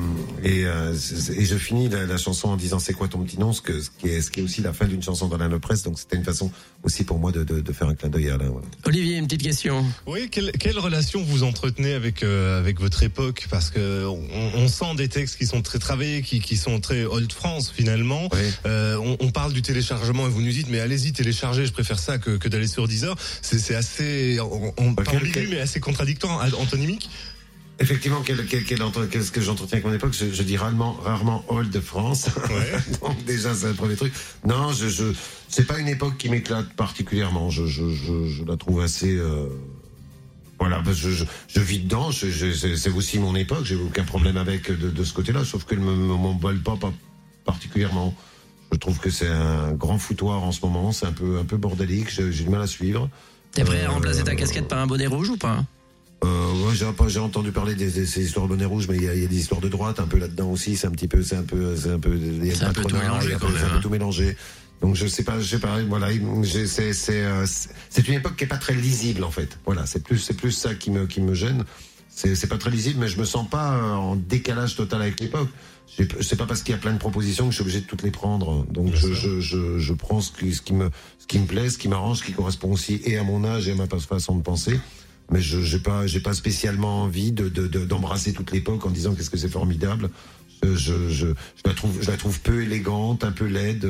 je finis la chanson en disant c'est quoi ton petit nom, ce qui est aussi la fin d'une chanson dans la presse, donc c'était une façon aussi pour moi de faire un clin d'œil à Alain. Voilà. Olivier, une petite question. Oui, quelle relation vous entretenez avec votre époque, parce que on sent des textes qui sont très travaillés, qui sont très old France finalement. Oui. On parle du téléchargement et vous nous dites mais allez-y téléchargez, je préfère ça que d'aller sur Deezer. C'est assez ambigu mais assez contradictoire, antonymique. Effectivement, qu'est-ce que j'entretiens avec mon époque, je dis rarement old de France. Ouais. Donc déjà, c'est le premier truc. Non, c'est pas une époque qui m'éclate particulièrement. Je la trouve assez, voilà, je vis dedans. C'est aussi mon époque. J'ai aucun problème avec de ce côté-là, sauf qu'elle m'emballe pas particulièrement. Je trouve que c'est un grand foutoir en ce moment. C'est un peu bordélique. J'ai du mal à suivre. T'es prêt à remplacer ta casquette par un bonnet rouge ou pas? Ouais, j'ai entendu parler ces histoires de bonnet rouge, mais il y a des histoires de droite un peu là-dedans aussi. C'est un peu tout mélangé quand même. C'est un peu tout mélangé. Donc je sais pas. Voilà, c'est une époque qui est pas très lisible en fait. Voilà, c'est plus ça qui me gêne. C'est pas très lisible, mais je me sens pas en décalage total avec l'époque. C'est pas parce qu'il y a plein de propositions que je suis obligé de toutes les prendre. Donc je prends ce qui me plaît, ce qui m'arrange, ce qui correspond aussi et à mon âge et à ma façon de penser. Mais j'ai pas spécialement envie d'embrasser toute l'époque en disant qu'est-ce que c'est formidable. Je la trouve peu élégante, un peu laide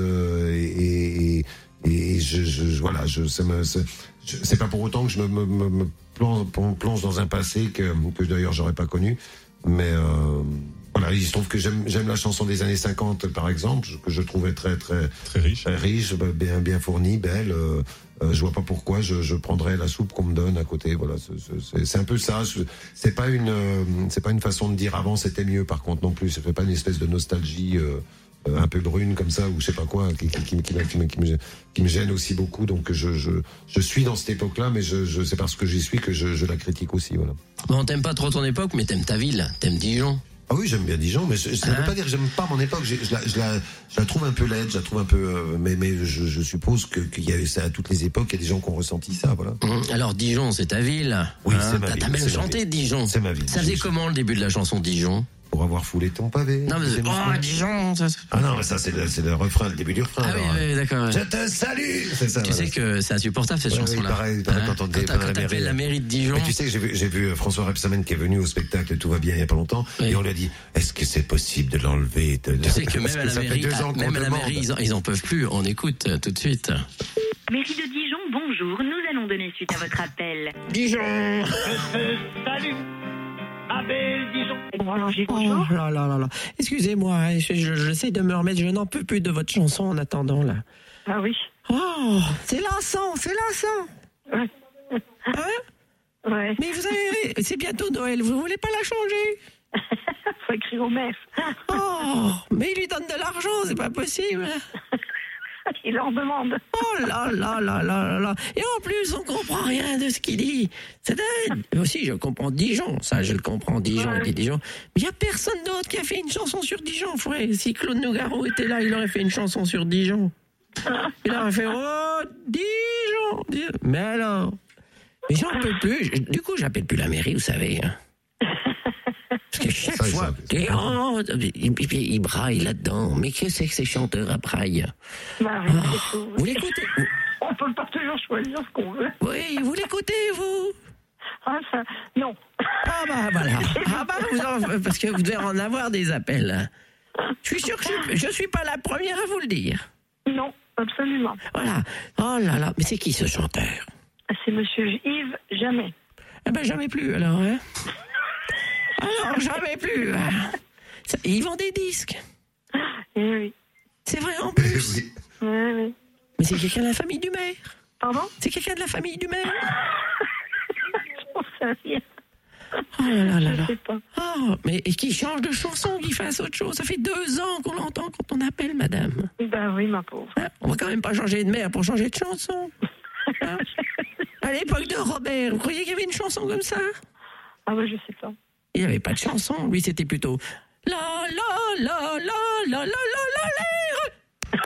voilà, c'est pas pour autant que je me plonge dans un passé que d'ailleurs j'aurais pas connu, mais voilà, il se trouve que j'aime la chanson des années 50 par exemple, que je trouvais très riche, bien fournie, belle. je vois pas pourquoi je prendrais la soupe qu'on me donne à côté. Voilà, c'est un peu ça. C'est pas une façon de dire avant c'était mieux. Par contre non plus, ça fait pas une espèce de nostalgie un peu brune comme ça ou je sais pas quoi qui me gêne aussi beaucoup. Donc je suis dans cette époque-là, mais c'est parce que j'y suis que je la critique aussi. Voilà. Bon, t'aimes pas trop ton époque, mais t'aimes ta ville, t'aimes Dijon. Ah oui, j'aime bien Dijon, mais ça ne veut pas dire que j'aime pas mon époque. Je la trouve un peu laide, je la trouve un peu. Mais je suppose qu'il y avait ça à toutes les époques. Il y a des gens qui ont ressenti ça, voilà. Alors Dijon, c'est ta ville. Oui, c'est ma ville. T'as même chanté Dijon. C'est ma ville. Ça faisait comment le début de la chanson Dijon? Pour avoir foulé ton pavé. Non, mais Dijon. Ça... Ah non, mais ça c'est le refrain, le début du refrain. Ah oui, d'accord. Je te salue. C'est ça. Tu sais que c'est insupportable cette chanson-là. Pareil, quand t'appelles la mairie de Dijon. Mais tu sais, j'ai vu François Rebsamen qui est venu au spectacle Tout va bien il y a pas longtemps, et on lui a dit est-ce que c'est possible de l'enlever? Tu sais que même à la mairie, ils en peuvent plus. On écoute tout de suite. Mairie de Dijon, bonjour. Nous allons donner suite à votre appel. Dijon. Salut. Abel Dijon. Oh là là là là. Excusez-moi, j'essaie de me remettre, je n'en peux plus de votre chanson en attendant là. Ah oui. Oh, c'est lassant. Ouais. Hein? Ouais. Mais vous savez, c'est bientôt Noël, vous voulez pas la changer? Faut écrire au maire. Oh, mais il lui donne de l'argent, c'est pas possible. Il leur demande. Oh là là là là là. Et en plus, on comprend rien de ce qu'il dit. C'est dingue. Aussi, je comprends Dijon. Ça, je le comprends, Dijon. Ouais. Il dit Dijon. Mais il n'y a personne d'autre qui a fait une chanson sur Dijon, frère. Si Claude Nougaro était là, il aurait fait une chanson sur Dijon. Il aurait fait oh, Dijon. Mais alors. Mais j'en peux plus. Du coup, j'appelle plus la mairie, vous savez. Hein. Parce que chaque fois, il braille là-dedans. Mais qu'est-ce que ces chanteurs à braille? Bah, oui, vous l'écoutez? On peut pas toujours choisir ce qu'on veut. Oui, vous l'écoutez, vous? Ah, ça, non. Ah bah voilà. Ah bah parce que vous devez en avoir des appels. Je suis sûr que je suis pas la première à vous le dire. Non, absolument. Voilà. Oh là là. Mais c'est qui ce chanteur? C'est monsieur Yves Jamais. Eh ben jamais plus alors, hein? Alors, jamais plus. Ils vendent des disques. Eh oui. C'est vrai en plus. Oui. Oui. Mais c'est quelqu'un de la famille du maire. Pardon? C'est quelqu'un de la famille du maire. J'en sais rien. Oh là là Je là. sais pas. Oh, mais et qui change de chanson, qui fasse autre chose. Ça fait 2 ans qu'on l'entend quand on appelle, madame. Ben oui, ma pauvre. Hein? On va quand même pas changer de maire pour changer de chanson. Hein? À l'époque de Robert, vous croyez qu'il y avait une chanson comme ça? Ah ben je sais pas. Il n'y avait pas de chanson. Lui, c'était plutôt la la la la la la la la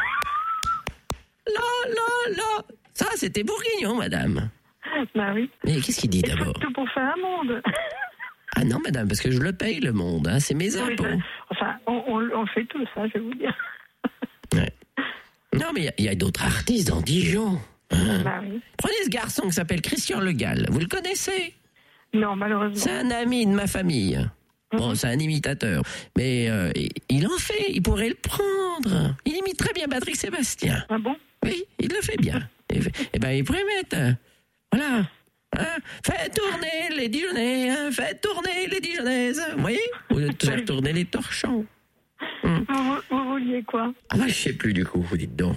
la la. Ça, c'était bourguignon, madame. Ben oui. Mais qu'est-ce qu'il dit Il faut d'abord? tout pour faire un monde. Ah non, madame, parce que je le paye, le monde. Hein, c'est mes Oui, impôts. enfin, on fait tout ça, je vais vous dire. Ouais. Non, mais il y a d'autres artistes dans Dijon. Hein? Ben oui. Prenez ce garçon qui s'appelle Christian Le Gall. Vous le connaissez? Non, malheureusement. C'est un ami de ma famille. Bon, c'est un imitateur. Mais il en fait, il pourrait le prendre. Il imite très bien Patrick Sébastien. Ah bon? Oui, il le fait bien. Eh ben, il pourrait mettre... Voilà. Hein? Faites tourner les Dijonnais, hein? Faites tourner les Dijonnaises. Vous voyez? Au lieu de faire tourner les torchons. Vous vouliez quoi? Ah bah, je sais plus du coup, vous dites donc.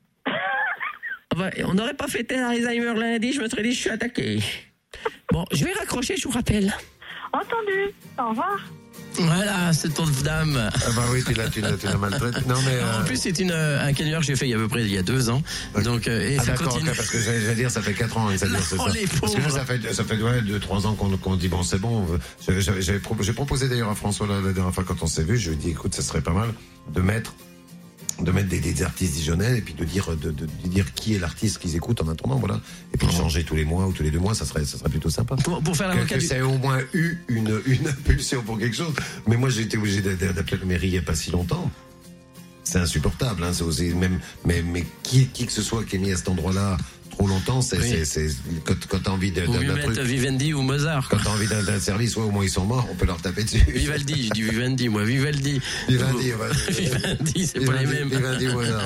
Ah bah, on n'aurait pas fêté Alzheimer lundi, je me serais dit je suis attaqué. Bon, je vais raccrocher, je vous rappelle. Entendu. Au revoir. Voilà, cette pauvre dame. Ah bah oui, tu l'as maltraité. Non mais. En plus, c'est un canular que j'ai fait il y a à peu près il y a 2 ans. Donc, et ça d'accord, continue. okay, parce que j'allais dire, ça fait 4 ans. Ça, c'est ça. Les Parce que pauvres. ça fait 2-3 ans qu'on dit bon, c'est bon. J'ai proposé d'ailleurs à François la dernière fois quand on s'est vu, je lui ai dit écoute, ça serait pas mal de mettre des artistes dijonnais et puis de dire qui est l'artiste qu'ils écoutent en attendant, voilà. Et puis de changer tous les mois ou tous les 2 mois, ça serait plutôt sympa. Pour faire l'avocat que du... ça ait au moins eu une impulsion pour quelque chose. Mais moi, j'ai été obligé d'appeler la mairie il n'y a pas si longtemps. C'est insupportable, hein. C'est aussi, mais qui que ce soit qui est mis à cet endroit-là trop longtemps, c'est quand t'as envie d'un mettre Vivendi ou Mozart. Quand t'as envie d'un service, ouais, au moins ils sont morts, on peut leur taper dessus. Vivaldi, je dis Vivendi, moi, Vivaldi. Vivendi, ouais. Vivendi, c'est pas les mêmes. Vivendi, Mozart.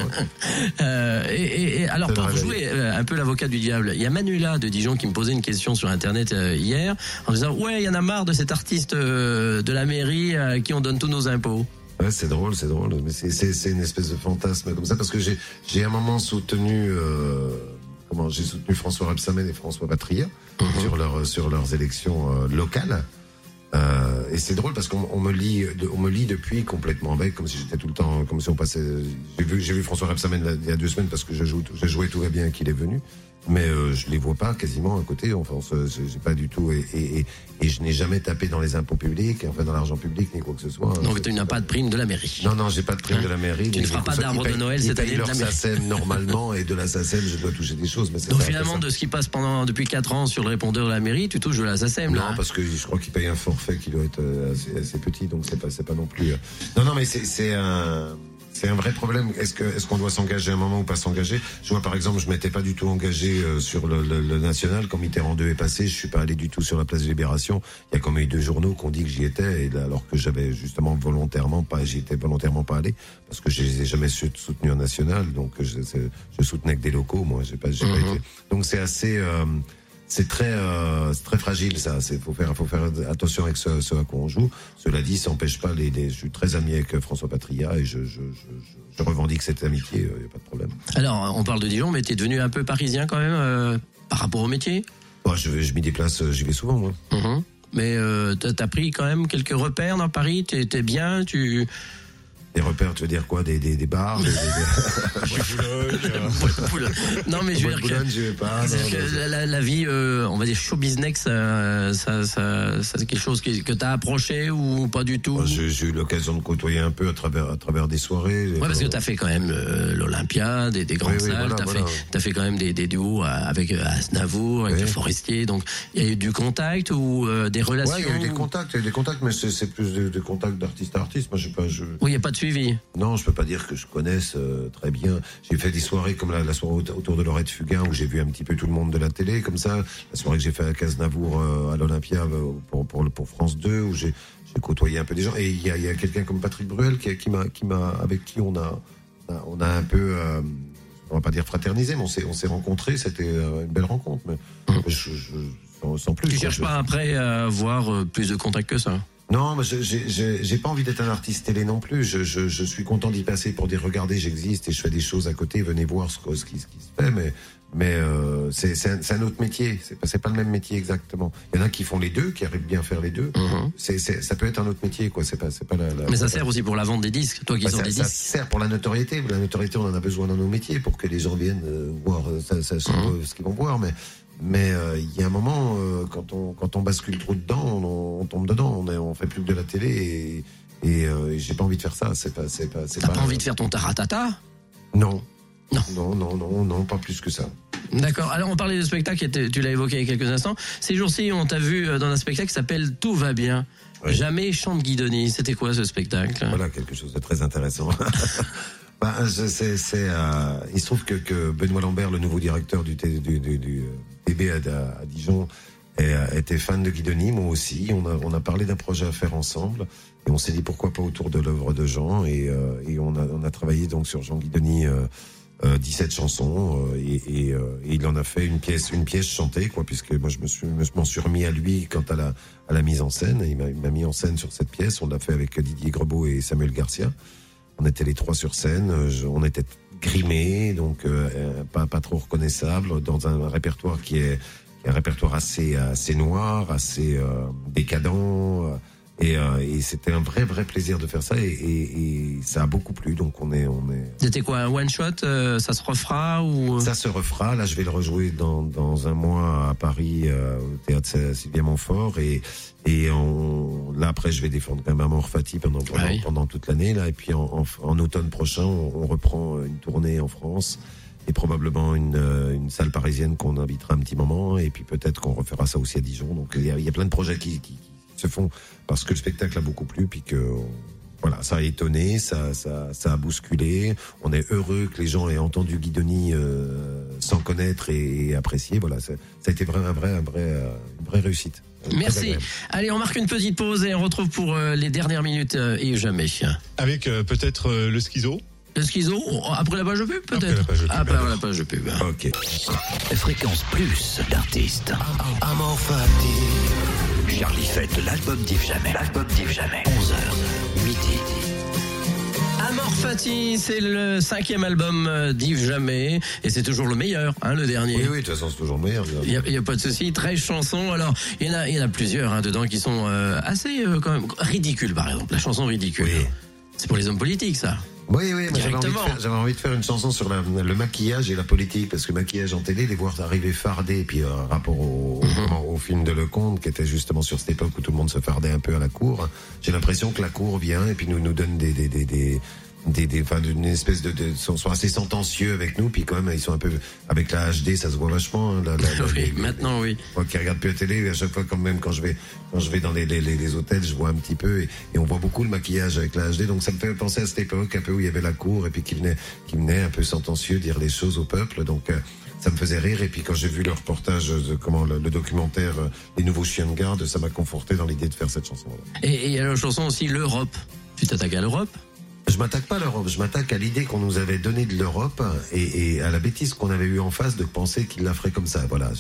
Et alors, pour jouer un peu l'avocat du diable, il y a Manuela de Dijon qui me posait une question sur Internet hier, en disant, ouais, il y en a marre de cet artiste de la mairie à qui on donne tous nos impôts. Ouais, c'est drôle, mais c'est une espèce de fantasme comme ça, parce que j'ai un moment soutenu j'ai soutenu François Rebsamen et François Patria sur leurs élections locales. Et c'est drôle parce qu'on me lit depuis complètement avec, comme si j'étais tout le temps, comme si on passait. J'ai vu François Rebsamen il y a 2 semaines parce que j'ai joué Tout va bien qu'il est venu, mais je les vois pas quasiment à côté. Enfin, j'ai pas du tout et je n'ai jamais tapé dans les impôts publics, enfin dans l'argent public ni quoi que ce soit. Donc tu n'as pas de prime de la mairie. Non, j'ai pas de prime de la mairie. Tu ne feras pas d'arbre de Noël cette année de la mairie. Leur SACEM normalement et de la SACEM je dois toucher des choses. Mais donc finalement de ce qui passe depuis 4 ans sur le répondeur de la mairie, tu touches de la SACEM là. Non, parce que je crois qu'ils payent un forfait qui doit être assez petit, donc c'est pas non plus. Non, mais c'est un vrai problème. Est-ce qu'on doit s'engager à un moment ou pas s'engager? Je vois par exemple, je m'étais pas du tout engagé sur le national quand Mitterrand 2 est passé. Je suis pas allé du tout sur la place de Libération. Il y a quand même eu 2 journaux qui ont dit que j'y étais, et là, alors que j'avais justement j'y étais volontairement pas allé parce que je les ai jamais soutenu en national. Donc je soutenais que des locaux. Moi, j'ai pas été. Donc c'est assez. C'est très fragile, ça. Faut faire attention avec ce à quoi on joue. Cela dit, ça n'empêche pas je suis très ami avec François Patria et je revendique cette amitié. Y a pas de problème. Alors, on parle de Dijon, mais t'es devenu un peu parisien quand même par rapport au métier. Moi, je m'y déplace, j'y vais souvent, moi. Mais t'as pris quand même quelques repères dans Paris. T'es bien, Des repères, tu veux dire quoi? Des bars, Non, mais je veux dire que la vie, on va dire show business, ça c'est quelque chose que t'as approché ou pas du tout? J'ai eu l'occasion de côtoyer un peu à travers des soirées. Ouais, parce que t'as fait quand même l'Olympia, des grandes salles, t'as fait quand même des duos avec Aznavour, avec Forestier, donc il y a eu du contact ou des relations? Ouais, il y a eu des contacts, mais c'est plus des contacts d'artiste à artiste. Moi, je sais pas. Oui, il n'y a pas de suivi. Non, je peux pas dire que je connaisse très bien. J'ai fait des soirées comme la soirée autour de Laurette Fugain où j'ai vu un petit peu tout le monde de la télé comme ça. La soirée que j'ai fait à Aznavour à l'Olympia pour France 2 où j'ai côtoyé un peu des gens. Et il y a quelqu'un comme Patrick Bruel avec qui on a un peu, on va pas dire fraternisé, mais on s'est rencontrés. C'était une belle rencontre. Mais sans plus. Tu cherches pas après à avoir plus de contacts que ça? Non, mais j'ai pas envie d'être un artiste télé non plus. Je suis content d'y passer pour dire regardez, j'existe et je fais des choses à côté. Venez voir ce qui se fait. Mais c'est un autre métier. C'est pas le même métier exactement. Il y en a qui font les deux, qui arrivent bien à faire les deux. Ça peut être un autre métier, quoi. C'est pas mais ça sert aussi pour la vente des disques. Toi qui sors des disques. Ça sert pour la notoriété. La notoriété, on en a besoin dans nos métiers pour que les gens viennent voir ce qu'ils vont voir. Mais il y a un moment, quand on bascule trop dedans, on tombe dedans. On fait plus que de la télé et j'ai pas envie de faire ça. T'as pas envie de faire ton taratata? Non. Non, pas plus que ça. D'accord. Alors on parlait de spectacle, tu l'as évoqué il y a quelques instants. Ces jours-ci, on t'a vu dans un spectacle qui s'appelle Tout va bien. Oui. Jamais chante Guidoni. C'était quoi ce spectacle? Voilà, quelque chose de très intéressant. Il se trouve que Benoît Lambert, le nouveau directeur du TB à Dijon, était fan de Guidoni, moi aussi. On a parlé d'un projet à faire ensemble et on s'est dit pourquoi pas autour de l'œuvre de Jean et on a travaillé donc sur Jean Guidoni 17 chansons et il en a fait une pièce chantée, quoi, puisque moi je m'en suis remis à lui quant à la mise en scène. Il m'a mis en scène sur cette pièce. On l'a fait avec Didier Grebeau et Samuel Garcia. On était les 3 sur scène, on était grimés, donc pas trop reconnaissables, dans un répertoire qui est un répertoire assez noir, assez décadent, et c'était un vrai plaisir de faire ça, et ça a beaucoup plu, donc on est. C'était quoi, un one shot, ça se refera ou? Ça se refera. Là, je vais le rejouer dans un mois à Paris, au théâtre Sylvia Montfort, là après je vais défendre quand même Amour Fati pendant toute l'année là, et puis en automne prochain on reprend une tournée en France et probablement une salle parisienne qu'on invitera un petit moment, et puis peut-être qu'on refera ça aussi à Dijon. Donc il y a plein de projets qui se font parce que le spectacle a beaucoup plu, puis que voilà, ça a étonné, ça a bousculé. On est heureux que les gens aient entendu Guidoni sans connaître et apprécier. Voilà, ça a été une vraie réussite. Merci. Allez, on marque une petite pause et on retrouve pour les dernières minutes et jamais. Avec peut-être le schizo. Le schizo, après la page de pub peut-être. Après la page de pub. Ok. Fréquence plus d'artistes. Amour Fati. Charlie fête l'album d'Yves Jamais. 11h, midi. Amor Fati, c'est le 5e album d'Yves Jamais et c'est toujours le meilleur, hein, le dernier. Oui, de toute façon, c'est toujours le meilleur. Il y a pas de souci. 13 chansons. Alors, il y en a plusieurs hein, dedans qui sont assez quand même ridicules, par exemple. La chanson ridicule. Oui. C'est pour les hommes politiques, ça. Oui, moi, Directement. j'avais envie de faire une chanson sur le maquillage et la politique, parce que le maquillage en télé, les voir arriver fardés, et puis rapport au film de Lecomte, qui était justement sur cette époque où tout le monde se fardait un peu à la cour, j'ai l'impression que la cour vient et puis nous donne d'une espèce sont assez sentencieux avec nous, puis quand même ils sont un peu avec la HD, ça se voit vachement. Hein, oui, maintenant oui. Moi qui regarde plus la télé, à chaque fois quand même quand je vais dans les hôtels, je vois un petit peu et on voit beaucoup le maquillage avec la HD, donc ça me fait penser à cette époque un peu où il y avait la cour et puis qui venait un peu sentencieux dire les choses au peuple, donc ça me faisait rire. Et puis quand j'ai vu le reportage, le documentaire Les Nouveaux Chiens de Garde, ça m'a conforté dans l'idée de faire cette chanson. Et il y a la chanson aussi L'Europe. Tu t'attaques à l'Europe? Je m'attaque pas à l'Europe, je m'attaque à l'idée qu'on nous avait donnée de l'Europe et à la bêtise qu'on avait eu en face de penser qu'il la ferait comme ça. Voilà,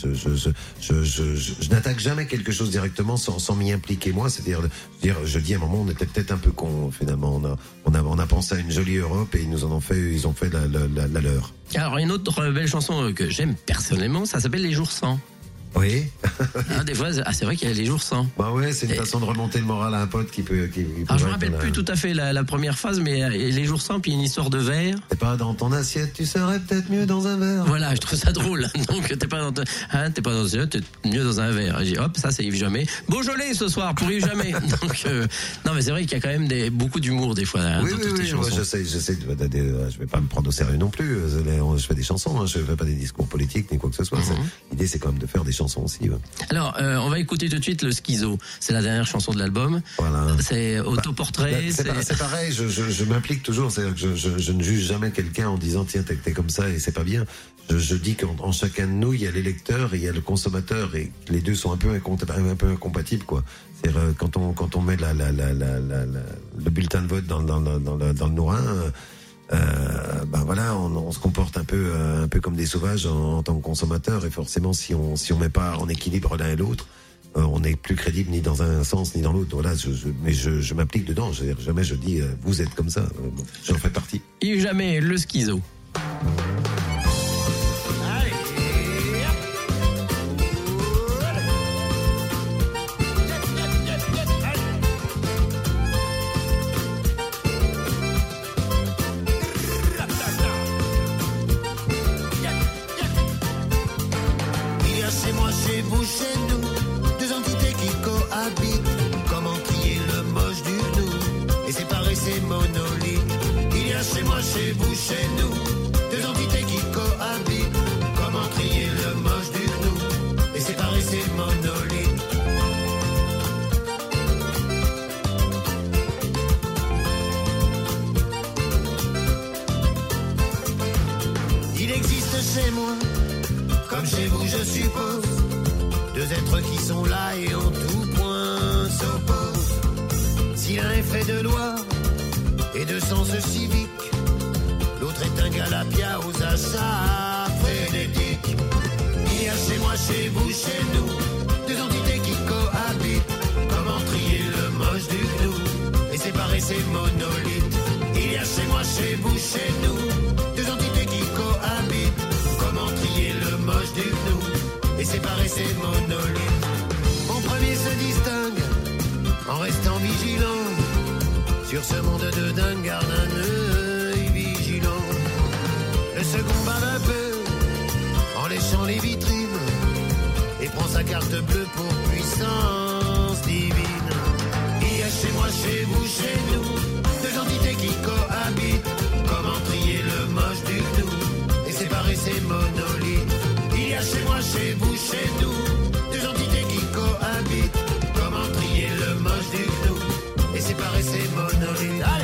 je n'attaque jamais quelque chose directement sans m'y impliquer moi. C'est-à-dire, je dis à un moment, on était peut-être un peu con finalement. On a pensé à une jolie Europe et ils ont fait la leur. Alors une autre belle chanson que j'aime personnellement, ça s'appelle Les Jours sans. Oui. Des fois, c'est vrai qu'il y a les jours sans. Bah ouais, c'est une façon de remonter le moral à un pote qui peut. Alors je me rappelle plus tout à fait la première phase, mais les jours sans, puis une histoire de verre. T'es pas dans ton assiette, tu serais peut-être mieux dans un verre. Voilà, je trouve ça drôle. Donc t'es pas dans l'assiette, t'es mieux dans un verre. J'ai hop, ça c'est Yves Jamais. Beaujolais ce soir pour Yves Jamais. Donc non, mais c'est vrai qu'il y a quand même beaucoup d'humour des fois. Hein, oui, chansons. J'essaie. Je vais pas me prendre au sérieux non plus. Je fais des chansons, hein, je fais pas des discours politiques ni quoi que ce soit. L'idée c'est quand même de faire des chansons aussi. Ouais. Alors, on va écouter tout de suite le Schizo. C'est la dernière chanson de l'album. Voilà. C'est autoportrait. C'est pareil. Je m'implique toujours. C'est-à-dire que je ne juge jamais quelqu'un en disant tiens t'es comme ça et c'est pas bien. Je dis qu'en chacun de nous il y a l'électeur et il y a le consommateur et les deux sont un peu incompatibles quoi. C'est-à-dire quand on met le bulletin de vote dans le nourrin. Voilà, on se comporte un peu comme des sauvages en tant que consommateurs et forcément si on met pas en équilibre l'un et l'autre, on n'est plus crédible ni dans un sens ni dans l'autre. Voilà, mais je m'implique dedans. Jamais je dis vous êtes comme ça. J'en fais partie. Yves Jamais, le Schizo. Chez vous, chez nous, deux entités qui cohabitent. Comment trier le moche du nous et séparer ces monolithes? Il existe chez moi, comme chez vous, je suppose, deux êtres qui sont là et en tout point s'opposent. Si l'un est fait de loi et de sens civique, l'autre est un galapia aux achats frénétiques. Il y a chez moi, chez vous, chez nous, deux entités qui cohabitent. Comment trier le moche du gnou et séparer ces monolithes? Il y a chez moi, chez vous, chez nous, deux entités qui cohabitent. Comment trier le moche du gnou et séparer ces monolithes? Mon premier se distingue en restant vigilant. Sur ce monde de dingue, garde un œil vigilant. Le second bave un peu en léchant les vitrines et prend sa carte bleue pour puissance divine. Il y a chez moi, chez vous, chez nous, deux entités qui cohabitent. Comment trier le moche du gnou et séparer ces monolithes? Il y a chez moi, chez vous, chez nous, deux entités qui cohabitent. Comment trier le moche du gnou et séparer ces monolithes? Allez!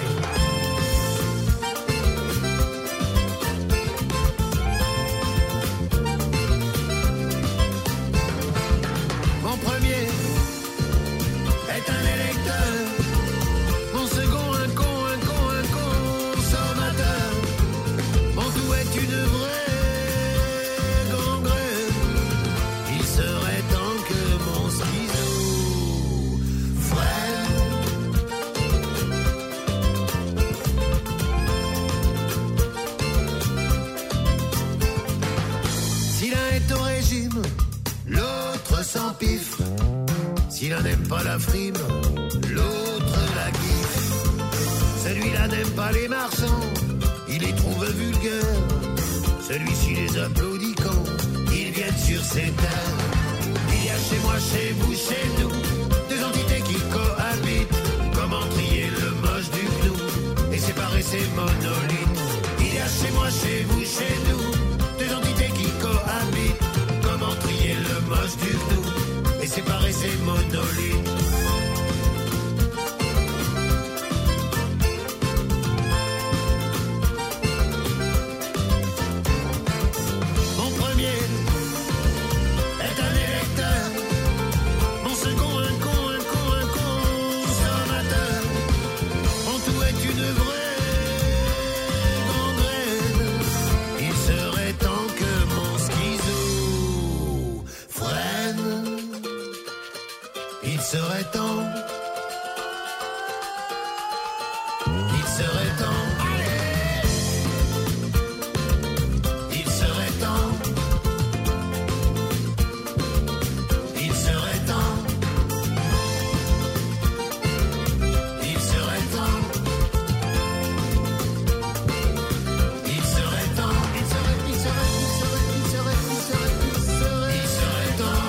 Si l'un n'aime pas la frime, l'autre la kiffe. Celui-là n'aime pas les marchands, il les trouve vulgaires. Celui-ci les applaudit quand ils viennent sur ses terres. Il y a chez moi, chez vous, chez nous, deux entités qui cohabitent. Comment trier le moche du gnou et séparer ces monolithes? Il y a chez moi, chez vous, chez nous, deux entités qui cohabitent. Comment trier le moche du gnou et séparer ces monolithes? Mon premier est un électeur, mon second un consommateur. En tout est une vraie gangrène. Il serait temps que mon schizo freine. Il serait temps. Il serait temps. Allez! Il serait temps. Il serait temps. Il serait temps. Il serait temps. Il serait temps.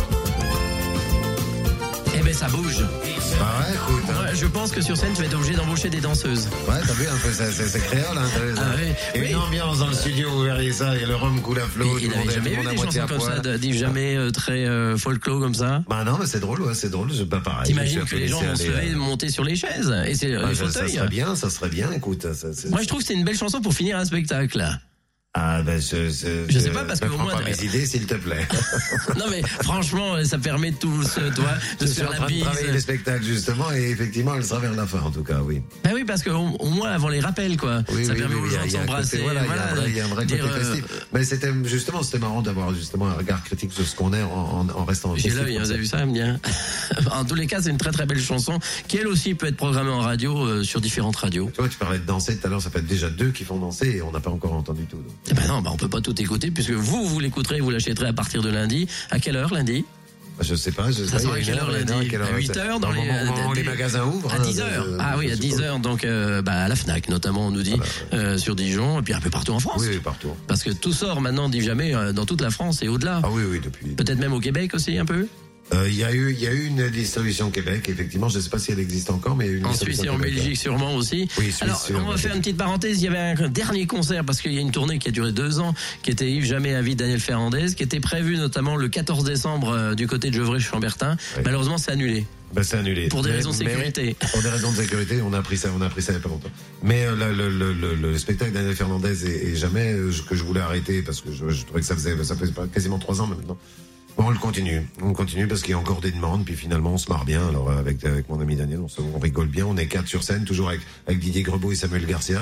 Eh ben ça bouge. Ah ouais, écoute. Hein. Ouais, je pense que sur scène, tu vas être obligé d'embaucher des danseuses. Ouais, t'as vu un peu, c'est créole, hein, t'as vu, Ah ouais, et oui. une ambiance dans le studio, vous verriez ça, et le rhum coule à flot. Il n'avait jamais vu des chansons comme ça, d'Yves Jamais très folklore comme ça. Bah non, mais c'est drôle, ouais, c'est drôle, c'est pas pareil. T'imagines que les gens vont se lever, monter sur les chaises et c'est les fauteuils. Ça serait bien, écoute. Moi, je trouve que c'est une belle chanson pour finir un spectacle. Ah ben Je sais pas, parce que au prends moins pas mes idées, s'il te plaît. Non mais franchement, ça permet de tous, toi, de Je se suis faire en la train de bise. travailler les spectacles justement, et effectivement, elle sera vers la fin, en tout cas, oui. Ben oui, parce qu'au moins avant les rappels, quoi. Oui, ça oui, permet oui, aux gens de il y a un s'embrasser. côté, il y a un vrai côté dire, festif. Mais c'était marrant d'avoir justement un regard critique sur ce qu'on est en restant. J'ai l'œil, vous avez vu ça, elle me dit. En tous les cas, c'est une très très belle chanson qui elle aussi peut être programmée en radio sur différentes radios. Tu vois, tu parlais de danser tout à l'heure, ça fait déjà 2 qui font danser et on n'a pas encore entendu tout. Donc. Eh ben non, on peut pas tout écouter puisque vous l'écouterez, vous l'achèterez à partir de lundi. À quelle heure lundi? Je sais pas, ça sera à quelle heure lundi? À 8h dans les magasins ouvrent. À 10h. Ah oui, à 10h, donc à la FNAC notamment, on nous dit, sur Dijon, et puis un peu partout en France. Oui, partout. Parce que tout sort maintenant, D'Yves Jamais, dans toute la France et au-delà. Ah oui, depuis. Peut-être même au Québec aussi, un peu. Il y a eu une distribution Québec, effectivement, je ne sais pas si elle existe encore, mais il y a eu une en Suisse et en Belgique sûrement aussi. Oui, Suisse, alors, on va faire une petite parenthèse, il y avait un dernier concert, parce qu'il y a une tournée qui a duré 2 ans, qui était Yves Jamais invite Daniel Fernandez, qui était prévue notamment le 14 décembre du côté de Gevrey-Chambertin. Oui. Malheureusement, c'est annulé. Ben, c'est annulé. Pour des raisons de sécurité. Pour des raisons de sécurité, on a appris ça il n'y a pas longtemps. Mais le spectacle Daniel Fernandez et Jamais, que je voulais arrêter, parce que je trouvais que ça faisait quasiment 3 ans maintenant. Bon, on le continue parce qu'il y a encore des demandes, puis finalement on se marre bien. Alors avec mon ami Daniel, on rigole bien. On est 4 sur scène, toujours avec Didier Grebeau et Samuel Garcia,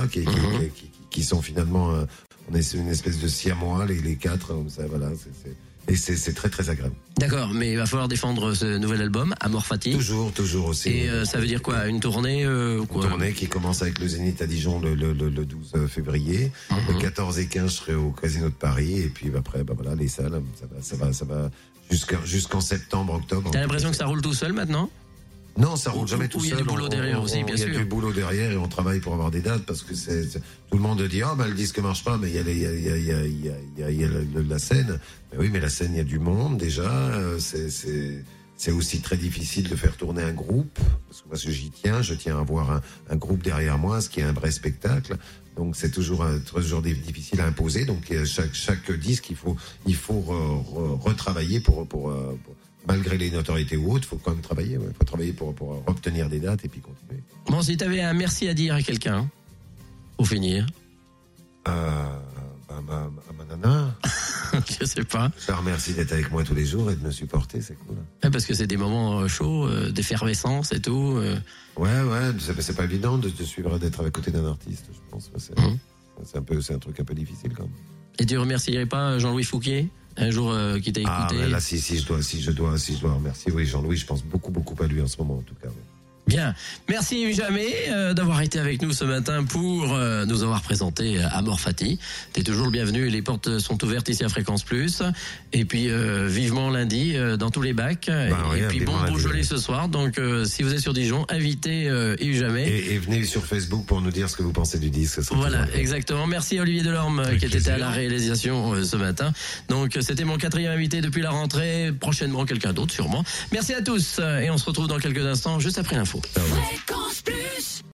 qui sont finalement, on est une espèce de siamois, les 4, comme ça, voilà. Et c'est très très agréable. D'accord, mais il va falloir défendre ce nouvel album, Amor Fati. Toujours aussi. Et ça veut dire quoi? Une tournée quoi? Une tournée qui commence avec le Zénith à Dijon le 12 février. Le 14 et 15, je serai au Casino de Paris. Et puis après, voilà, les salles, ça va jusqu'en septembre, octobre. T'as l'impression que ça roule tout seul maintenant? Non, ça roule jamais tout seul. Il y a du boulot derrière aussi, bien sûr. Il y a du boulot derrière et on travaille pour avoir des dates parce que tout le monde dit le disque marche pas, mais il y a la scène. Mais oui, mais la scène, il y a du monde déjà. C'est aussi très difficile de faire tourner un groupe parce que moi, je tiens à avoir un groupe derrière moi, ce qui est un vrai spectacle. Donc c'est toujours difficile à imposer. Donc chaque disque, il faut retravailler pour malgré les notoriétés ou autres, il faut quand même travailler. Il faut travailler pour obtenir des dates et puis continuer. Bon, si tu avais un merci à dire à quelqu'un, pour finir. À ma nana. Je sais pas. Je la remercie d'être avec moi tous les jours et de me supporter, c'est cool. Ouais, parce que c'est des moments chauds, d'effervescence et tout. Ouais, c'est pas évident de suivre, d'être à côté d'un artiste, je pense. C'est un truc un peu difficile quand même. Et tu remercierais pas Jean-Louis Fouquier un jour qui t'a écouté? Ah, là, si je dois remercier, oui, Jean-Louis, je pense beaucoup à lui en ce moment, en tout cas. Oui. Bien. Merci Yves Jamais d'avoir été avec nous ce matin pour nous avoir présenté Amor Fati. T'es toujours le bienvenu. Les portes sont ouvertes ici à Fréquence Plus. Et puis vivement lundi dans tous les bacs. Et puis bon Beaujolais ce soir. Donc si vous êtes sur Dijon, invitez Yves Jamais. Et venez sur Facebook pour nous dire ce que vous pensez du disque. Voilà, exactement. Merci Olivier Delorme qui était à la réalisation ce matin. Donc c'était mon 4e invité depuis la rentrée. Prochainement quelqu'un d'autre sûrement. Merci à tous et on se retrouve dans quelques instants juste après l'info. Fréquence Plus.